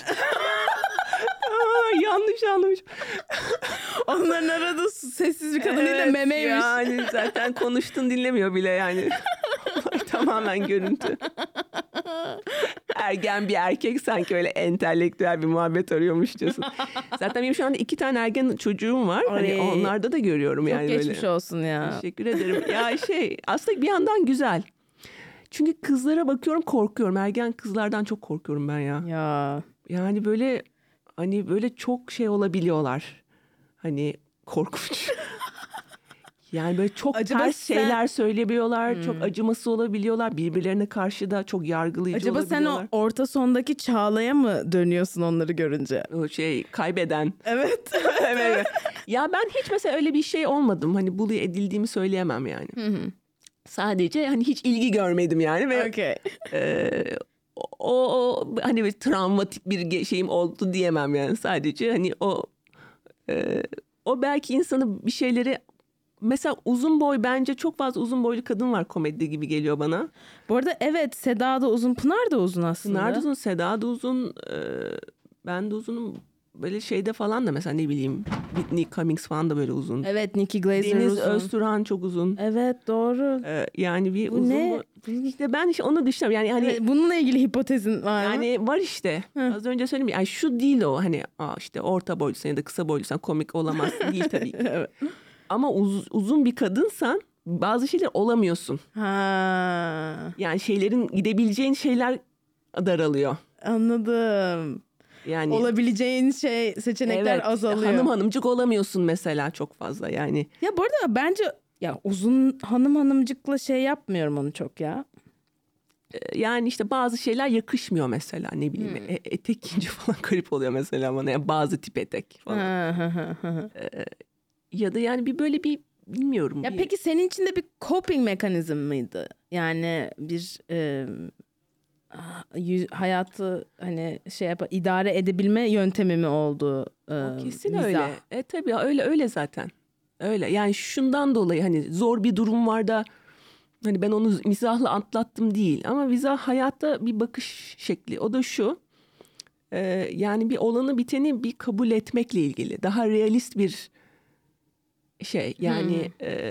Aa, yanlış anlamış. Onların arada sessiz bir kadınıyla Evet, memeymiş. yani zaten konuştun dinlemiyor bile yani. Tamamen görüntü. Ergen bir erkek sanki öyle entelektüel bir muhabbet arıyormuşçasın. Zaten benim şu anda iki tane ergen çocuğum var. Hani Ay. onlarda da görüyorum Çok yani geçmiş böyle. olsun ya. Teşekkür ederim. Ya şey aslında bir yandan güzel. Çünkü kızlara bakıyorum korkuyorum. Ergen kızlardan çok korkuyorum ben ya. Ya. Yani böyle hani böyle çok şey olabiliyorlar. Hani korkunç. Yani böyle çok Acaba ters sen- şeyler söyleyebiliyorlar. Çok acımasız olabiliyorlar. Birbirlerine karşı da çok yargılayıcı Acaba sen o olabiliyorlar. orta sondaki Çağla'ya mı dönüyorsun onları görünce? O şey kaybeden. Evet. Evet, evet. Ya ben hiç mesela öyle bir şey olmadım. Hani bully edildiğimi söyleyemem yani. Hı hı. Sadece hani hiç ilgi görmedim yani ve Okay. e, o, o hani bir travmatik bir ge- şeyim oldu diyemem yani. Sadece hani o e, o belki insanı bir şeyleri, mesela uzun boy, bence çok fazla uzun boylu kadın var komedide gibi geliyor bana. Bu arada evet, Seda da uzun, Pınar da uzun aslında. Pınar da uzun, Seda da uzun, e, ben de uzunum. Böyle şeyde falan da mesela ne bileyim Whitney Cummings falan da böyle uzun. Evet, Nikki Glaser Deniz uzun. Özturhan çok uzun. Evet, doğru. Ee, yani bir Bu uzun ne? bu. İşte ben işte onu düşünüyorum. Yani hani Evet, bununla ilgili hipotezin var mı? yani var işte. Hı. Az önce söyledim ya, yani şu değil o hani aa işte orta boylusun ya da kısa boylusun komik olamazsın değil tabii ki. Evet. Ama uz- uzun bir kadınsan bazı şeyler olamıyorsun. Ha, Yani şeylerin, gidebileceğin şeyler daralıyor. anladım. Yani Olabileceğin şey, seçenekler evet, azalıyor. hanım hanımcık olamıyorsun mesela çok fazla yani. Ya bu arada bence ya uzun hanım hanımcıkla şey yapmıyorum onu çok ya. Ee, Yani işte bazı şeyler yakışmıyor mesela, ne bileyim Hmm. e- etek giyince falan garip oluyor mesela bana, yani bazı tip etek falan. Ha, ha, ha, ha. Ya da yani bir böyle bir bilmiyorum. Ya bir- peki senin için de bir coping mekanizm mıydı? Yani bir e, ah, yüz- hayatı hani şey yap, idare edebilme yöntemi mi oldu? E, O kesin mizah? öyle. E tabii öyle öyle zaten. Öyle. Yani şundan dolayı hani zor bir durum var da hani ben onu mizahla atlattım değil, ama mizah hayatta bir bakış şekli. O da şu. e, yani bir olanı biteni bir kabul etmekle ilgili. Daha realist bir şey. Yani e,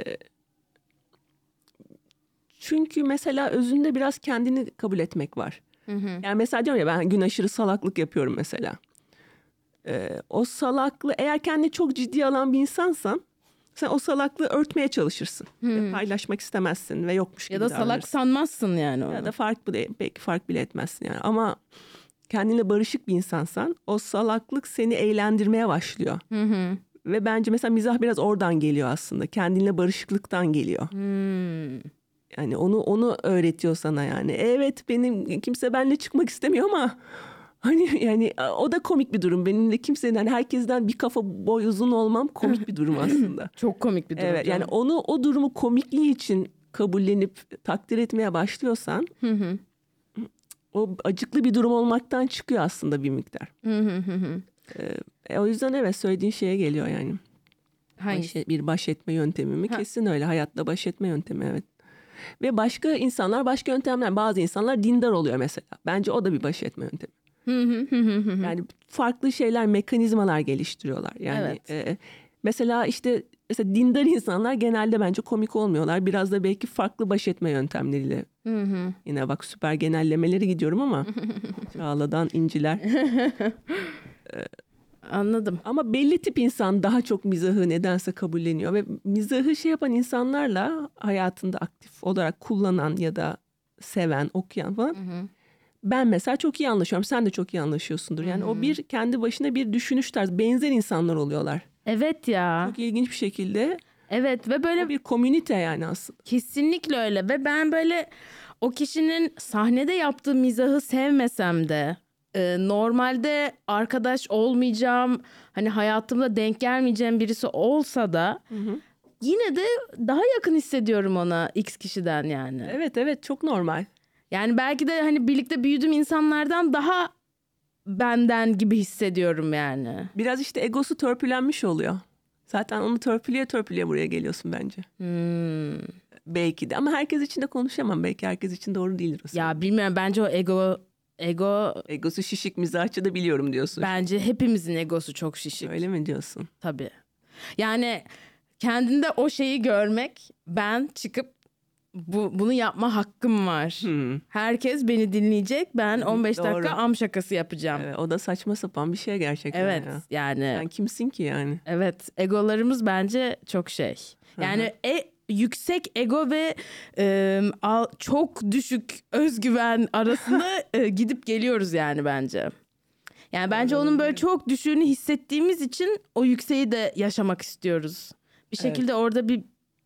çünkü mesela özünde biraz kendini kabul etmek var. Hı hı. Yani mesela diyorum ya, ben gün aşırı salaklık yapıyorum mesela. Ee, o salaklığı eğer kendini çok ciddiye alan bir insansan sen o salaklığı örtmeye çalışırsın. Ve paylaşmak istemezsin ve yokmuş gibi Ya da salak davranırsın. sanmazsın yani onu. Ya da fark bile, belki fark bile etmezsin yani. Ama kendinle barışık bir insansan o salaklık seni eğlendirmeye başlıyor. Hı hı. Ve bence mesela mizah biraz oradan geliyor aslında. Kendinle barışıklıktan geliyor. Hmm. Yani onu onu öğretiyor sana yani. Evet, benim kimse benimle çıkmak istemiyor ama hani yani o da komik bir durum. Benimle kimsenin, hani herkesten bir kafa boy uzun olmam komik bir durum aslında. Çok komik bir durum. Evet, yani canım. onu, o durumu komikliği için kabullenip takdir etmeye başlıyorsan Hı hı. o acıklı bir durum olmaktan çıkıyor aslında bir miktar. Hı hı hı hı. E, o yüzden evet, söylediğin şeye geliyor yani. Hangisi? Baş, bir baş etme yöntemi mi? Kesin öyle. Hayatla baş etme yöntemi, evet. Ve başka insanlar başka yöntemler. Bazı insanlar dindar oluyor mesela. Bence o da bir baş etme yöntemi. Hı hı hı hı hı. Yani farklı şeyler, mekanizmalar geliştiriyorlar. Yani Evet. e, mesela işte mesela dindar insanlar genelde bence komik olmuyorlar. Biraz da belki farklı baş etme yöntemleriyle. Hı hı. Yine bak, süper genellemeleri gidiyorum ama Çağla'dan inciler. Anladım. Ama belli tip insan daha çok mizahı nedense kabulleniyor ve mizahı şey yapan insanlarla hayatında aktif olarak kullanan ya da seven, okuyan falan. Hı hı. Ben mesela çok iyi anlaşıyorum. Sen de çok iyi anlaşıyorsundur. Yani o bir kendi başına bir düşünüş tarzı. Benzer insanlar oluyorlar. Evet ya. Çok ilginç bir şekilde. Evet ve böyle O bir komünite yani aslında. kesinlikle öyle ve ben böyle o kişinin sahnede yaptığı mizahı sevmesem de e, normalde arkadaş olmayacağım, hani hayatımda denk gelmeyeceğim birisi olsa da yine de daha yakın hissediyorum ona X kişiden yani. Evet evet, çok normal. Yani belki de hani birlikte büyüdüğüm insanlardan daha benden gibi hissediyorum yani. Biraz işte egosu törpülenmiş oluyor. Zaten onu törpüleye törpüleye buraya geliyorsun bence. Hmm. Belki de, ama herkes için de konuşamam. Belki herkes için doğru değildir o. Ya bilmiyorum, bence o ego ego Egosu şişik mizahçı da biliyorum diyorsun. bence hepimizin egosu çok şişik. Öyle mi diyorsun? Tabii. Yani kendinde o şeyi görmek, ben çıkıp bu bunu yapma hakkım var. Hmm. Herkes beni dinleyecek. Ben on beş Doğru. dakika am şakası yapacağım. Evet. Evet, o da saçma sapan bir şey gerçekten. ya. yani Sen kimsin ki yani? evet, egolarımız bence çok şey. Yani e, yüksek ego ve e, al, çok düşük özgüven arasında e, gidip geliyoruz yani bence. Yani bence onun böyle çok düşüğünü hissettiğimiz için o yükseği de yaşamak istiyoruz. Bir şekilde orada bir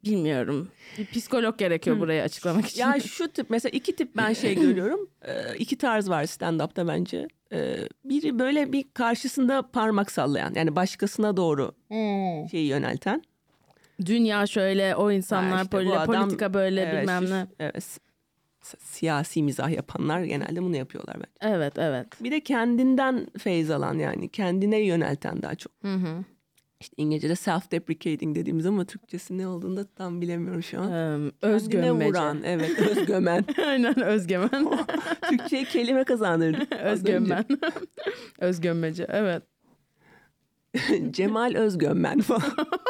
bilmiyorum. Bir psikolog gerekiyor burayı açıklamak için. Ya şu tip mesela iki tip ben şey görüyorum. Ee, iki tarz var stand-up'ta bence. Ee, biri böyle bir karşısında parmak sallayan. Yani başkasına doğru şeyi yönelten. Dünya şöyle, o insanlar Ha işte böyle, bu adam- politika böyle Evet, bilmem şu- ne. Evet. S- Siyasi mizah yapanlar genelde bunu yapıyorlar bence. Evet evet. Bir de kendinden feyz alan yani kendine yönelten daha çok. Hı hı. İşte İngilizce'de self-deprecating dediğimiz ama Türkçesi ne olduğunu da tam bilemiyorum şu an. Ee, Kendine özgömmece. vuran, evet, özgömen. Aynen özgömen. Türkçe'ye kelime kazandırdık. az Özgömmen. Özgömmece evet. önce. Cemal Özgömmen falan.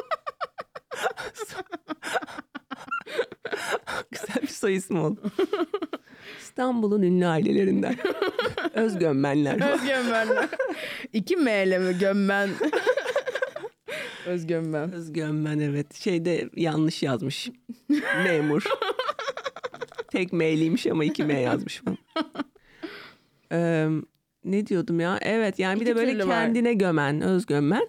Güzel bir soy ismi oldu. İstanbul'un ünlü ailelerinden. Özgömmenler. Özgömmenler. İki M ile mi gömmen? Özgömmen. Özgömmen evet. Şeyde yanlış yazmış. Memur. Tek M'liymiş ama iki M yazmış falan. Ee, ne diyordum ya? Evet yani bir İki de böyle türlü var. kendine gömen, özgömmen.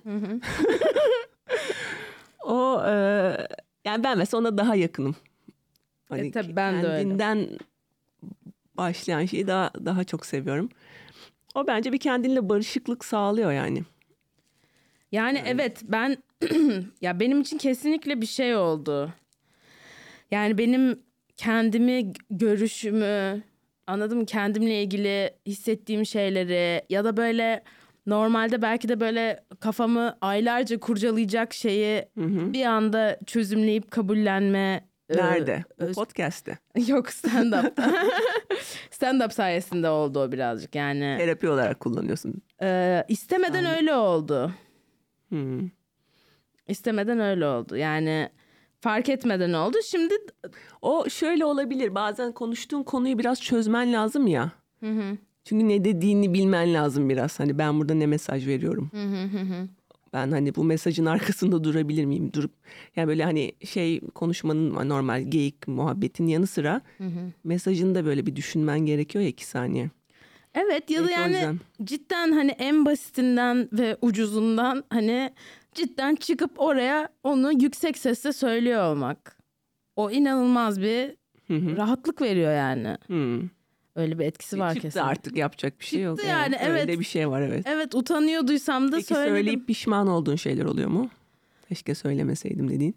O e, yani ben mesela ona daha yakınım. Hani E, tabii ben de öyle. kendinden başlayan şeyi daha daha çok seviyorum. O bence bir kendinle barışıklık sağlıyor yani. Yani evet ben ya benim için kesinlikle bir şey oldu. Yani benim kendimi, görüşümü, anladın mı? Kendimle ilgili hissettiğim şeyleri ya da böyle normalde belki de böyle kafamı aylarca kurcalayacak şeyi bir anda çözümleyip kabullenme. e, Nerede? Bu öz- podcast'te. Yok stand-up'ta. Stand-up sayesinde oldu o birazcık yani. Terapi olarak kullanıyorsun. e, istemeden öyle oldu. Hmm. İstemeden öyle oldu. Yani fark etmeden oldu. Şimdi O şöyle olabilir. Bazen konuştuğun konuyu biraz çözmen lazım ya. Çünkü ne dediğini bilmen lazım biraz. Hani ben burada ne mesaj veriyorum. Ben hani bu mesajın arkasında durabilir miyim? Durup yani böyle hani şey konuşmanın normal geyik muhabbetin yanı sıra mesajını da böyle bir düşünmen gerekiyor ya iki saniye. evet ya da Belki o yani yüzden. cidden hani en basitinden ve ucuzundan hani cidden çıkıp oraya onu yüksek sesle söylüyor olmak. O inanılmaz bir rahatlık veriyor yani. Hmm. Öyle bir etkisi var Çıktı kesin. artık yapacak bir şey yok. Çıktı yani, evet. Öyle bir şey var evet. Evet utanıyorduysam da Peki söyledim. söyleyip pişman olduğun şeyler oluyor mu? Keşke söylemeseydim dediğin.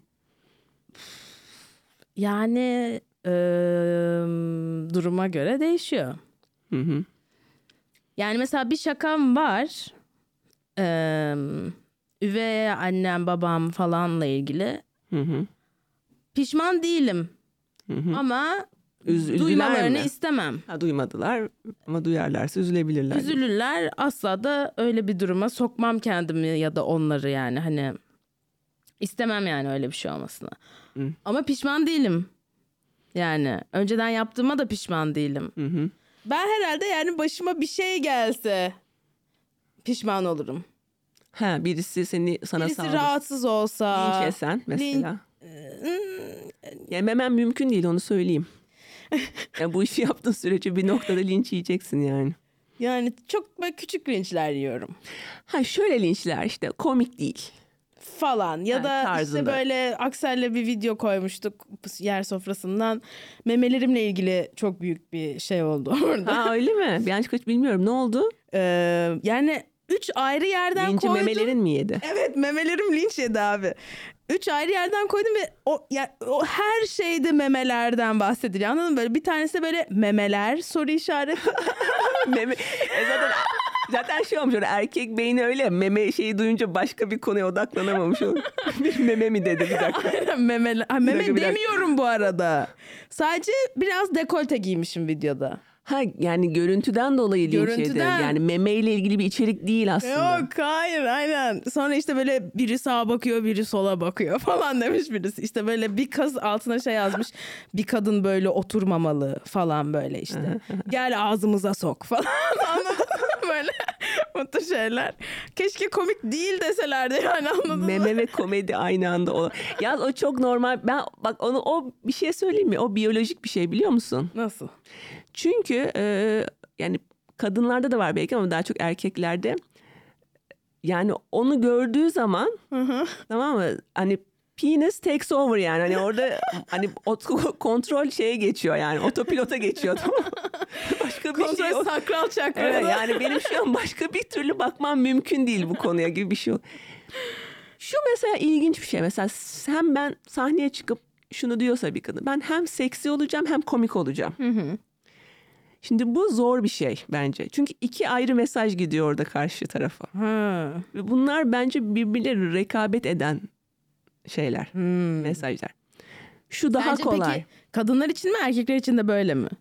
Yani eee, duruma göre değişiyor. Hı hı. Yani mesela bir şakam var. Ee, üvey annem, babam falanla ilgili. Hı hı. Pişman değilim. Hı hı. Ama Üz- üzüler duymalarını mi? istemem. Ha, duymadılar ama duyarlarsa üzülebilirler. Üzülürler. Asla da öyle bir duruma sokmam kendimi ya da onları yani. Hani istemem yani öyle bir şey olmasını. Hı. Ama pişman değilim. Yani önceden yaptığıma da pişman değilim. Hı hı. Ben herhalde yani başıma bir şey gelse pişman olurum. Ha, birisi seni sana Birisi saldırır. rahatsız olsa. Linç etsen mesela. Lin- Yememem mümkün değil, onu söyleyeyim. Yani bu işi yaptığın sürece bir noktada linç yiyeceksin yani. Yani çok böyle küçük linçler yiyorum Ha şöyle linçler işte komik değil. falan. Ya Ha, da tarzında. işte böyle Aksel'le bir video koymuştuk yer sofrasından. Memelerimle ilgili çok büyük bir şey oldu orada. Ha öyle mi? Ben hiç bilmiyorum, ne oldu? Ee, yani üç ayrı yerden Linci koydum. memelerin mi yedi? Evet, memelerim linç yedi abi. Üç ayrı yerden koydum ve o, ya, o her şeyde memelerden bahsediliyor. Anladın mı? Böyle bir tanesi de böyle memeler soru işareti. Meme, e zaten zaten şey olmuş, öyle erkek beyni öyle meme şeyi duyunca başka bir konuya odaklanamamış. O. Bir meme mi dedi, bir dakika. Aynen, memeler. Ha, meme dakika, bir dakika. demiyorum bu arada. Sadece biraz dekolte giymişim videoda. Ha yani görüntüden dolayı linç yedi. Görüntüden. Yani meme ile ilgili bir içerik değil aslında. Yok hayır aynen. Sonra işte böyle biri sağa bakıyor biri sola bakıyor falan demiş birisi. İşte böyle bir kız altına şey yazmış. Bir kadın böyle oturmamalı falan böyle işte. Gel ağzımıza sok falan. Anladın mı? Böyle bu tür şeyler. Keşke komik değil deselerdi yani, anladın mı? Meme ve komedi aynı anda olan. Yalnız o çok normal. Ben bak onu, o bir şey söyleyeyim mi? O biyolojik bir şey, biliyor musun? Nasıl? Çünkü e, yani kadınlarda da var belki ama daha çok erkeklerde. Yani onu gördüğü zaman tamam mı? Hani penis takes over yani. Hani orada hani kontrol şeye geçiyor yani. Otopilota geçiyor. Tamam mı? Başka bir kontrol şey yok. sakral çakra. Evet, yani benim şu an başka bir türlü bakmam mümkün değil bu konuya gibi bir şey yok. Şu mesela ilginç bir şey. Mesela hem ben sahneye çıkıp şunu diyorsa bir kadın. Ben hem seksi olacağım hem komik olacağım. Hı hı. Şimdi bu zor bir şey bence. Çünkü iki ayrı mesaj gidiyor orada karşı tarafa. Ha. Ve bunlar bence birbirleriyle rekabet eden şeyler, Hmm. mesajlar. Şu daha Bence kolay. Peki kadınlar için mi erkekler için de böyle mi?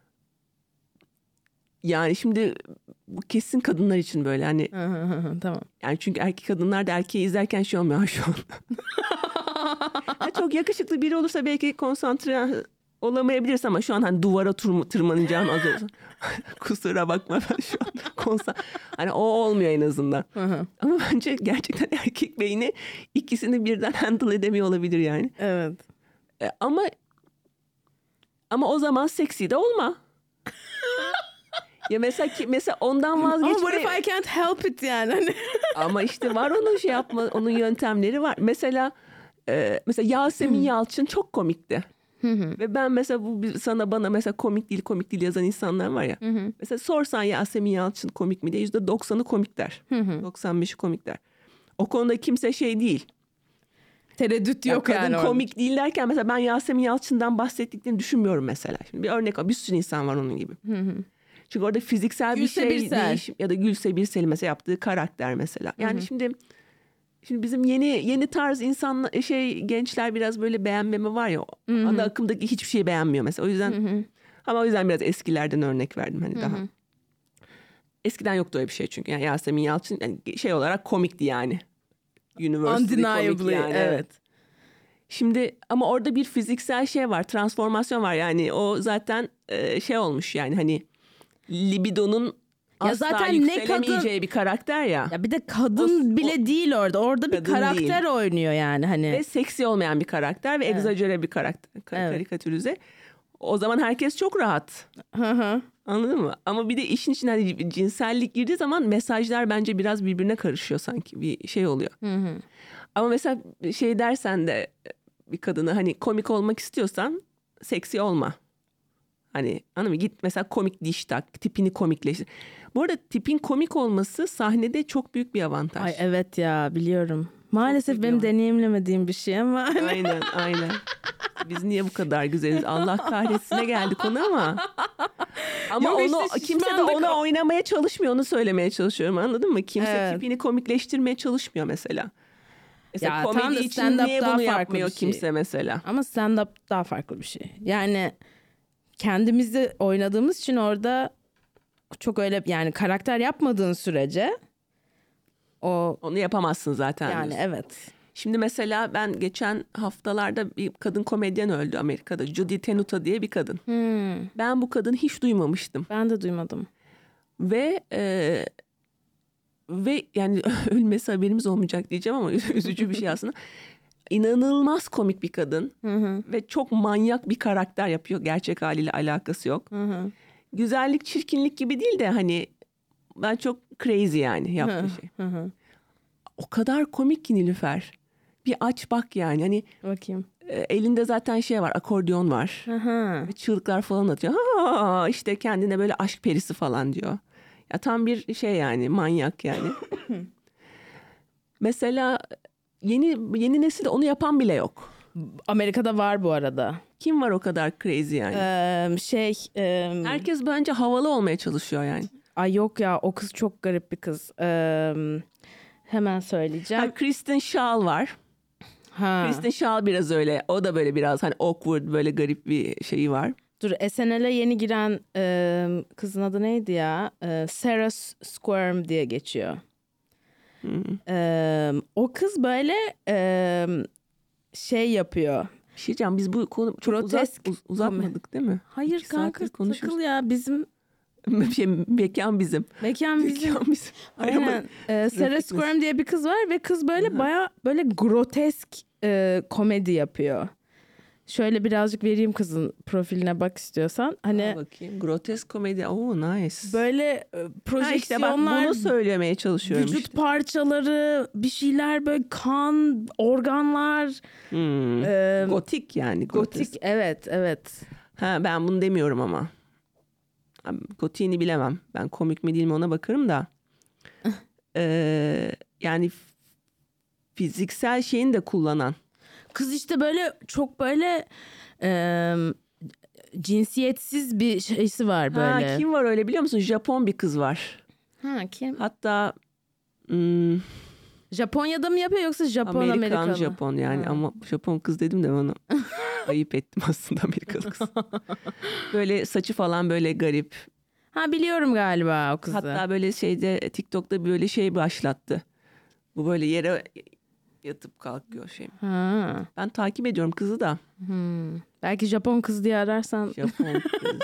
Yani şimdi bu kesin kadınlar için böyle hani. Hı hı hı, tamam. Yani çünkü erkek kadınlar da erkeği izlerken şey olmuyor ha şu an. Ya çok yakışıklı biri olursa belki konsantre olamayabiliriz ama şu an hani duvara tırm- tırmanacağım az önce. Kusura bakma ben şu an konsantre. Hani o olmuyor en azından. Hı hı. Ama bence gerçekten erkek beyni ikisini birden handle edemiyor olabilir yani. Evet. E, ama ama o zaman seksi de olma. Ya mesela ki mesela ondan vazgeçme. Ama what if I can't help it yani? Hani. Ama işte var onun şey yapma, onun yöntemleri var. Mesela e, mesela Yasemin Yalçın çok komikti. Ve ben mesela bu sana bana mesela komik değil komik değil yazan insanlar var ya. Mesela sorsan Yasemin Yalçın komik mi diye yüzde doksanı komik der. doksan beşi komik der. O konuda kimse şey değil. Tereddüt Ya yok kadın yani. komik orada. değil derken mesela ben Yasemin Yalçın'dan bahsettiklerini düşünmüyorum mesela. Şimdi bir örnek var. Bir sürü insan var onun gibi. Çünkü orada fiziksel Gülse bir şey Birsel. değişim ya da Gülse Birsel'in mesela yaptığı karakter mesela. Yani şimdi şimdi bizim yeni yeni tarz insan şey gençler biraz böyle beğenmeme var ya. Ana akımdaki hiçbir şeyi beğenmiyor mesela. O yüzden ama o yüzden biraz eskilerden örnek verdim hani daha. Eskiden yoktu öyle bir şey çünkü. Yani Yasemin Yalçın yani şey olarak komikti yani. Universally komik Undeniably yani. evet. Şimdi ama orada bir fiziksel şey var, transformasyon var yani o zaten e, şey olmuş yani hani libidonun Ya asla zaten ne yükselemeyeceği bir karakter ya. Ya bir de kadın O- bile değil orada. Orada bir Kadın karakter değil. oynuyor yani hani. Ve seksi olmayan bir karakter ve Evet. egzajere bir karakter, ka- Evet. karikatürize. O zaman herkes çok rahat. Hı hı. Anladın mı? Ama bir de işin içine hani cinsellik girdiği zaman mesajlar bence biraz birbirine karışıyor sanki bir şey oluyor. Hı hı. Ama mesela şey dersen de bir kadına hani komik olmak istiyorsan seksi olma. Hani anladın mı? Git mesela komik diş tak, tipini komikleştir. Bu arada tipin komik olması sahnede çok büyük bir avantaj. Ay evet ya biliyorum. Maalesef büyük benim bir- deneyimlemediğim bir şey ama. Aynen aynen. Biz niye bu kadar güzeliz? Allah kahretsin'e geldi konu ama. Ama Yok onu işte kimse de şişmanlık ona o. oynamaya çalışmıyor. Onu söylemeye çalışıyorum. Anladın mı? Kimse Evet. tipini komikleştirmeye çalışmıyor mesela. Mesela Ya tam komedi da için stand-up niye daha bunu farklı yapmıyor bir şey. kimse mesela? Ama stand-up daha farklı bir şey. Yani kendimizi oynadığımız için orada çok öyle yani karakter yapmadığın sürece o Onu yapamazsın zaten. yani diyorsun. evet. Şimdi mesela ben geçen haftalarda bir kadın komedyen öldü Amerika'da. Judy Tenuta diye bir kadın. Hmm, Ben bu kadını hiç duymamıştım. ben de duymadım. Ve e, ve yani ölmesi haberimiz olmayacak diyeceğim ama üzücü bir şey aslında. İnanılmaz komik bir kadın. Hı hı, Ve çok manyak bir karakter yapıyor. Gerçek haliyle alakası yok. hı hı. Güzellik, çirkinlik gibi değil de hani ben çok crazy yani yaptığı şey. Hı hı. O kadar komik ki Nilüfer. Bir aç bak yani. Hani Bakayım. e, elinde zaten şey var, akordeon var. Aha. Ve çığlıklar falan atıyor. Ha, işte kendine böyle aşk perisi falan diyor. Ya tam bir şey yani manyak yani. Mesela yeni yeni nesilde onu yapan bile yok. Amerika'da var bu arada. Kim var o kadar crazy yani? Ee, şey e, Herkes bence havalı olmaya çalışıyor yani. ay yok ya o kız çok garip bir kız. Ee, hemen söyleyeceğim. Ha, Kristen Schaal var. Ha. Kristen Schaal biraz öyle. O da böyle biraz hani awkward böyle garip bir şeyi var. Dur S N L'e yeni giren e, kızın adı neydi ya? E, Sarah Squirm diye geçiyor. E, o kız böyle e, şey yapıyor. Bir şey diyeceğim biz bu konu çok Grotesk uzat, uz- uzatmadık değil mi? Hayır İki kanka saattir konuşuyoruz. takıl ya bizim Bir şey, mekan bizim. mekan bizim. Mekan bizim. Hayır ama- Aynen. Ee, Sarah Refik Squirm diye bir kız var ve kız böyle baya böyle grotesk e, komedi yapıyor. Şöyle birazcık vereyim kızın profiline bak istiyorsan. Hani Ha, bakayım. Grotesk komedi. Oo nice. böyle e, Ha işte bak projeksiyonlar, bunu söylemeye çalışıyorum vücut işte. parçaları, bir şeyler böyle kan, organlar. Hmm. e, Gotik yani. gotik Grotesk. evet evet. Ha ben bunu demiyorum ama. Abi, gotiğini bilemem. Ben komik mi değil mi ona bakarım da. Ee, yani f- fiziksel şeyini de kullanan. Kız işte böyle çok böyle e, cinsiyetsiz bir şeysi var böyle. Ha, kim var öyle biliyor musun? Japon bir kız var. Ha, kim? Hatta hmm, Japonya'da mı yapıyor yoksa Japon Amerikan Amerikan mı? Japon yani Ha. ama Japon kız dedim de bana ayıp ettim aslında Amerikalı kız. Böyle saçı falan böyle garip. Ha biliyorum galiba o kızı. Hatta böyle şeyde TikTok'ta böyle şey başlattı. Bu böyle yere yatıp kalkıyor şey. Ha. Ben takip ediyorum kızı da. Hmm. Belki Japon kız diye ararsan Japon kız.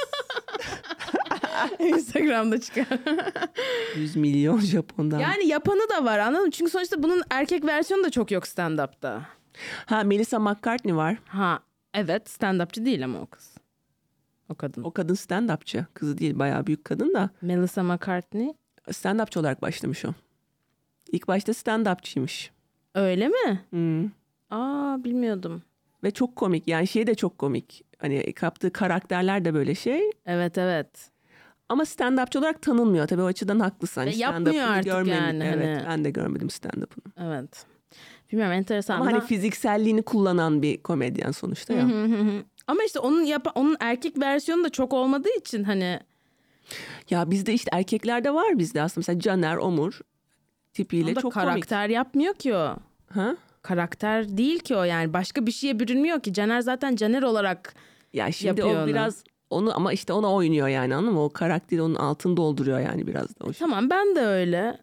Instagram'da çıkar. yüz milyon Japon'dan. Yani yapanı da var anladın mı? Çünkü sonuçta bunun erkek versiyonu da çok yok stand-up'ta. Ha Melissa McCartney var. Ha evet stand-upçı değil ama o kız. O kadın. O kadın stand-upçı. Kızı değil bayağı büyük kadın da. Melissa McCartney. Stand-upçı olarak başlamış o. İlk başta stand-upçıymış. Öyle mi? Hmm. Aa bilmiyordum. Ve çok komik. Yani şey de çok komik. Hani kaptığı karakterler de böyle şey. Evet evet. Ama stand-upçı olarak tanınmıyor. Tabii o açıdan haklısın. Hani Ve yapmıyor stand-up'ını artık görmedim. yani, Evet hani. ben de görmedim stand-up'ını. Evet. Bilmiyorum enteresan. Ama hani Ama- fizikselliğini kullanan bir komedyen sonuçta ya. Hı hı hı. Ama işte onun yap onun erkek versiyonu da çok olmadığı için hani Ya bizde işte erkeklerde var bizde aslında. Mesela Caner Omur tipiyle o da çok karakter yapmıyor ki o. komik. Ha? Karakter değil ki o yani başka bir şeye bürünmüyor ki. Caner zaten Caner olarak Ya şimdi Yapıyor o onu. biraz onu ama işte ona oynuyor yani anladın mı? O karakteri onun altını dolduruyor yani biraz da. O şey. tamam ben de öyle.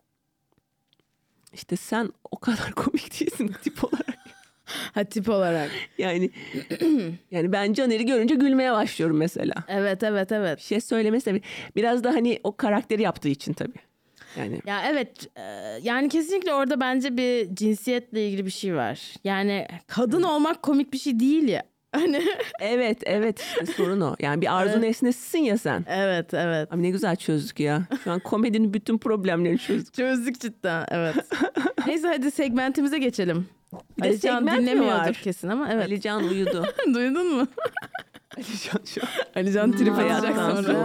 İşte sen o kadar komik değilsin tip olarak. Ha tip olarak. Yani yani ben Caner'i görünce gülmeye başlıyorum mesela. Evet evet evet. Bir şey söylemesi tabii. Biraz da hani o karakteri yaptığı için tabii. Yani Ya evet e, yani kesinlikle orada bence bir cinsiyetle ilgili bir şey var. Yani kadın olmak komik bir şey değil ya. Hani evet evet işte sorun o. Yani bir arzu Evet. nesnesisin ya sen. evet evet. Abi ne güzel çözdük ya. Şu an komedinin bütün problemlerini çözdük. Çözdük cidden evet. Neyse hadi segmentimize geçelim. Bir de Alican segment mi dinlemiyordur var? kesin ama evet. Alican uyudu. Duydun mu? Alican şu an. Alican trip atacak Hayattan sonra.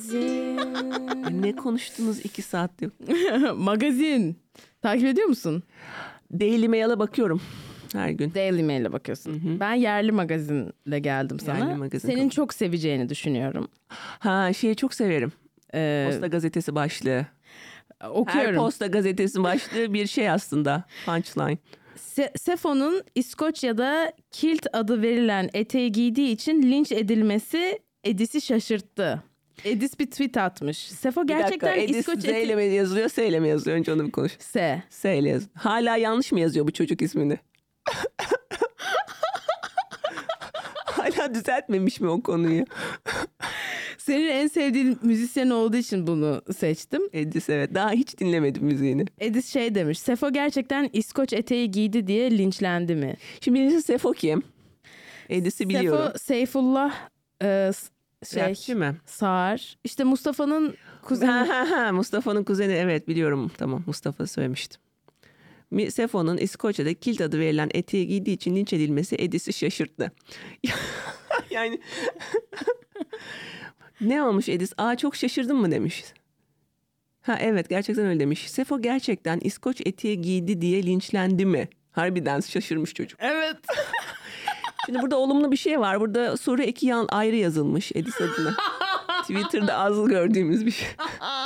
Ay, ne konuştunuz iki saattir? Magazin. Takip ediyor musun? Daily Mail'a bakıyorum her gün. Daily Mail'e bakıyorsun. Ben yerli magazinle geldim sana. Yerli magazin Senin kabul. çok seveceğini düşünüyorum. Ha şeyi çok severim. Ee, Posta gazetesi başlığı. Her okuyorum. Posta gazetesi başlığı bir şey aslında. Punchline. Se- Sefo'nun İskoçya'da kilt adı verilen eteği giydiği için linç edilmesi Edis'i şaşırttı. Edis bir tweet atmış. Sefo Bir gerçekten dakika Edis İskoç Z ile ete- mi yazılıyor S ile mi yazılıyor? Önce onu bir konuş. Se. S ile yazıyor. Hala yanlış mı yazıyor bu çocuk ismini? Hala düzeltmemiş mi o konuyu? Senin en sevdiğin müzisyen olduğu için bunu seçtim. Edis evet. Daha hiç dinlemedim müziğini. Edis şey demiş. Sefo gerçekten İskoç eteği giydi diye linçlendi mi? Şimdi birincisi Sefo kim? Edis'i biliyorum. Sefo Seyfullah e, s- şey Rapçi mi? Sağır. İşte Mustafa'nın kuzeni. Ha, ha, ha. Mustafa'nın kuzeni evet biliyorum. Tamam Mustafa söylemiştim. Mi- Sefo'nun İskoçya'da kilt adı verilen eteği giydiği için linç edilmesi Edis'i şaşırttı. Yani ne olmuş Edis? Aa çok şaşırdın mı demiş. Ha evet gerçekten öyle demiş. Sefo gerçekten İskoç eteği giydi diye linçlendi mi? Harbiden şaşırmış çocuk. Evet. Şimdi burada olumlu bir şey var. Burada soru eki yan ayrı yazılmış Edis adına. Twitter'da az gördüğümüz bir şey.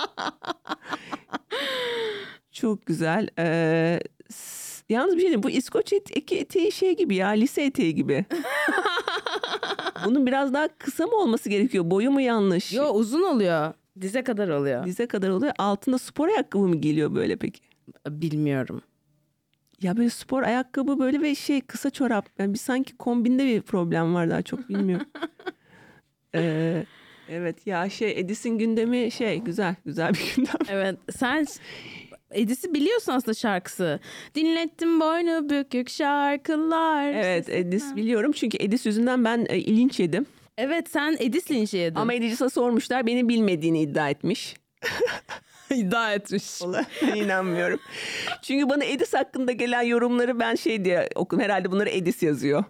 Çok güzel. Ee, s- yalnız bir şey diyeyim. Bu İskoç et, eki eteği şey gibi ya. Lise eteği gibi. Bunun biraz daha kısa mı olması gerekiyor? Boyu mu yanlış? Yo uzun oluyor. Dize kadar oluyor. Dize kadar oluyor. Altında spor ayakkabı mı geliyor böyle peki? Bilmiyorum. Ya böyle spor ayakkabı böyle ve şey kısa çorap. Yani bir sanki kombinde bir problem var daha çok bilmiyorum. ee, evet ya şey Edis'in gündemi şey güzel. Güzel bir gündem. Evet sen Edis'i biliyorsun aslında şarkısı. Dinlettim boynu bükük şarkılar. Evet, Edis biliyorum çünkü Edis yüzünden ben e, linç yedim. Evet, sen Edis linç yedin. Ama Edis'e sormuşlar, beni bilmediğini iddia etmiş. iddia etmiş. Ben inanmıyorum. Çünkü bana Edis hakkında gelen yorumları ben şey diye okudum. Herhalde bunları Edis yazıyor.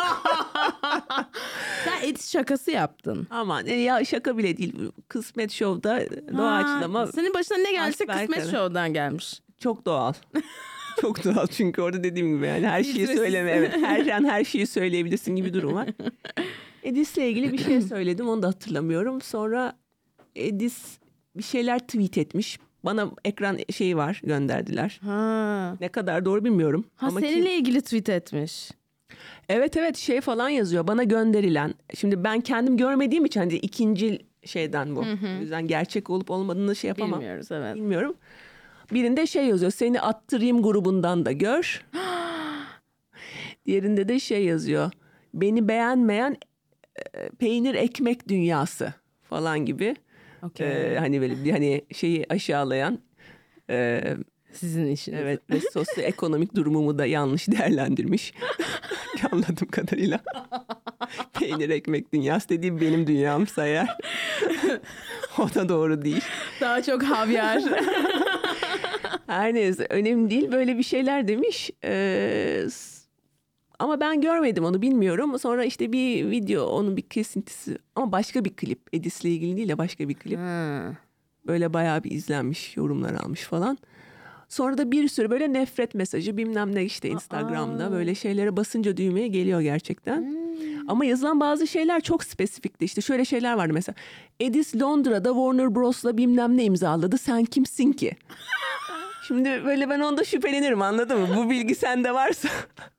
Sen Edis şakası yaptın. Aman ya, şaka bile değil. Kısmet Show'da doğaçlama. Senin başına ne geldiyse Aşk Kısmet Berkan'ı. Show'dan gelmiş. Çok doğal. Çok doğal çünkü orada dediğim gibi yani her şeyi Filtresiz. söyleme. Evet, her an her şeyi söyleyebilirsin gibi durum var. Edis'le ilgili bir şey söyledim, onu da hatırlamıyorum. Sonra Edis bir şeyler tweet etmiş. Bana ekran şeyi var, gönderdiler. Ha. Ne kadar doğru bilmiyorum. Ha Ama seninle kim- ilgili tweet etmiş. Evet evet şey falan yazıyor bana gönderilen. Şimdi ben kendim görmediğim için hani ikinci şeyden bu. O yüzden gerçek olup olmadığını şey yapamam. Bilmiyoruz evet. Bilmiyorum. Birinde şey yazıyor, seni attırayım grubundan da gör. Diğerinde de şey yazıyor, beni beğenmeyen e, peynir ekmek dünyası falan gibi. Okay. Ee, hani böyle bir hani şeyi aşağılayan. e, Sizin işiniz. Evet ve sosyoekonomik durumumu da yanlış değerlendirmiş. Anladığım kadarıyla. Peynir ekmek dünyası dediğim benim dünyamsa eğer. O da doğru değil. Daha çok havyar. Her neyse önemli değil, böyle bir şeyler demiş. Ee, ama ben görmedim, onu bilmiyorum. Sonra işte bir video, onun bir kesintisi ama başka bir klip. Edis'le ilgili değil de başka bir klip. Ha. Böyle bayağı bir izlenmiş, yorumlar almış falan. Sonra da bir sürü böyle nefret mesajı bilmem ne işte Instagram'da Aa. böyle şeylere basınca düğmeye geliyor gerçekten. Hmm. Ama yazılan bazı şeyler çok spesifikti. İşte şöyle şeyler vardı mesela. Edis Londra'da Warner Bros'la bilmem ne imzaladı. Sen kimsin ki? Şimdi böyle ben onda şüphelenirim, anladın mı? Bu bilgi sende varsa.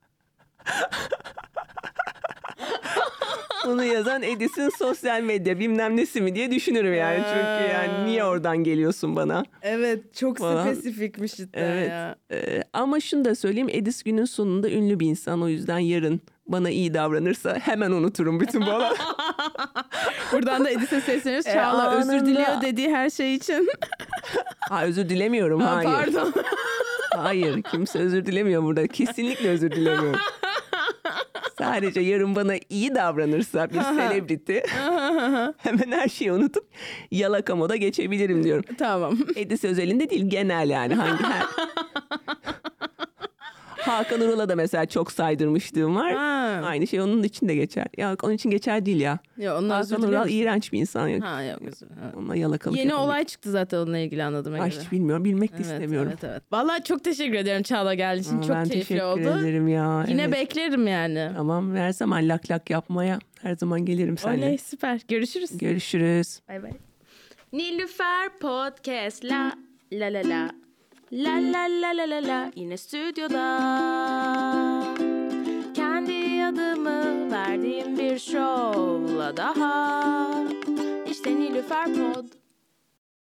Bunu yazan Edis'in sosyal medya bilmem nesi mi diye düşünürüm yani. Çünkü yani niye oradan geliyorsun bana? Evet çok Falan. spesifikmiş cidden Evet. ya. Ee, ama şunu da söyleyeyim, Edis günün sonunda ünlü bir insan. O yüzden yarın bana iyi davranırsa hemen unuturum bütün bu olay. Buradan da Edis'e sesleniyoruz. E, Çağla özür anında- diliyor dediği her şey için. Ha, özür dilemiyorum. Ha, Hayır. pardon. Hayır, kimse özür dilemiyor burada. Kesinlikle özür dilemiyorum. Sadece yarın bana iyi davranırsa bir selebriti hemen her şeyi unutup yalaka moda geçebilirim diyorum. Tamam. Edis özelinde değil, genel yani. Hangi her... Hakan Ural'a da mesela çok saydırmışlığım var. Ha. Aynı şey onun için de geçer. Ya onun için geçer değil ya. Ya ondan özür Hakan diliyor Ural musun? iğrenç bir insan. Ya. Ha yok özür. Evet. Onunla yalakalık Yeni yapamayız. olay çıktı zaten onunla ilgili anladığıma Ay, göre. hiç bilmiyorum. Bilmek de Evet, istemiyorum. evet, evet. Vallahi çok teşekkür ederim Çağla geldiğin için. Aa, Çok ben keyifli teşekkür oldu. ederim ya. Yine Evet. beklerim yani. Tamam, her zaman lak lak yapmaya her zaman gelirim seninle. Oley süper. Görüşürüz. Görüşürüz. Bay bay. Nilüfer Podcast la la la la la la la la la la yine stüdyoda kendi adımı verdiğim bir şovla daha işte Nilüfer Pod.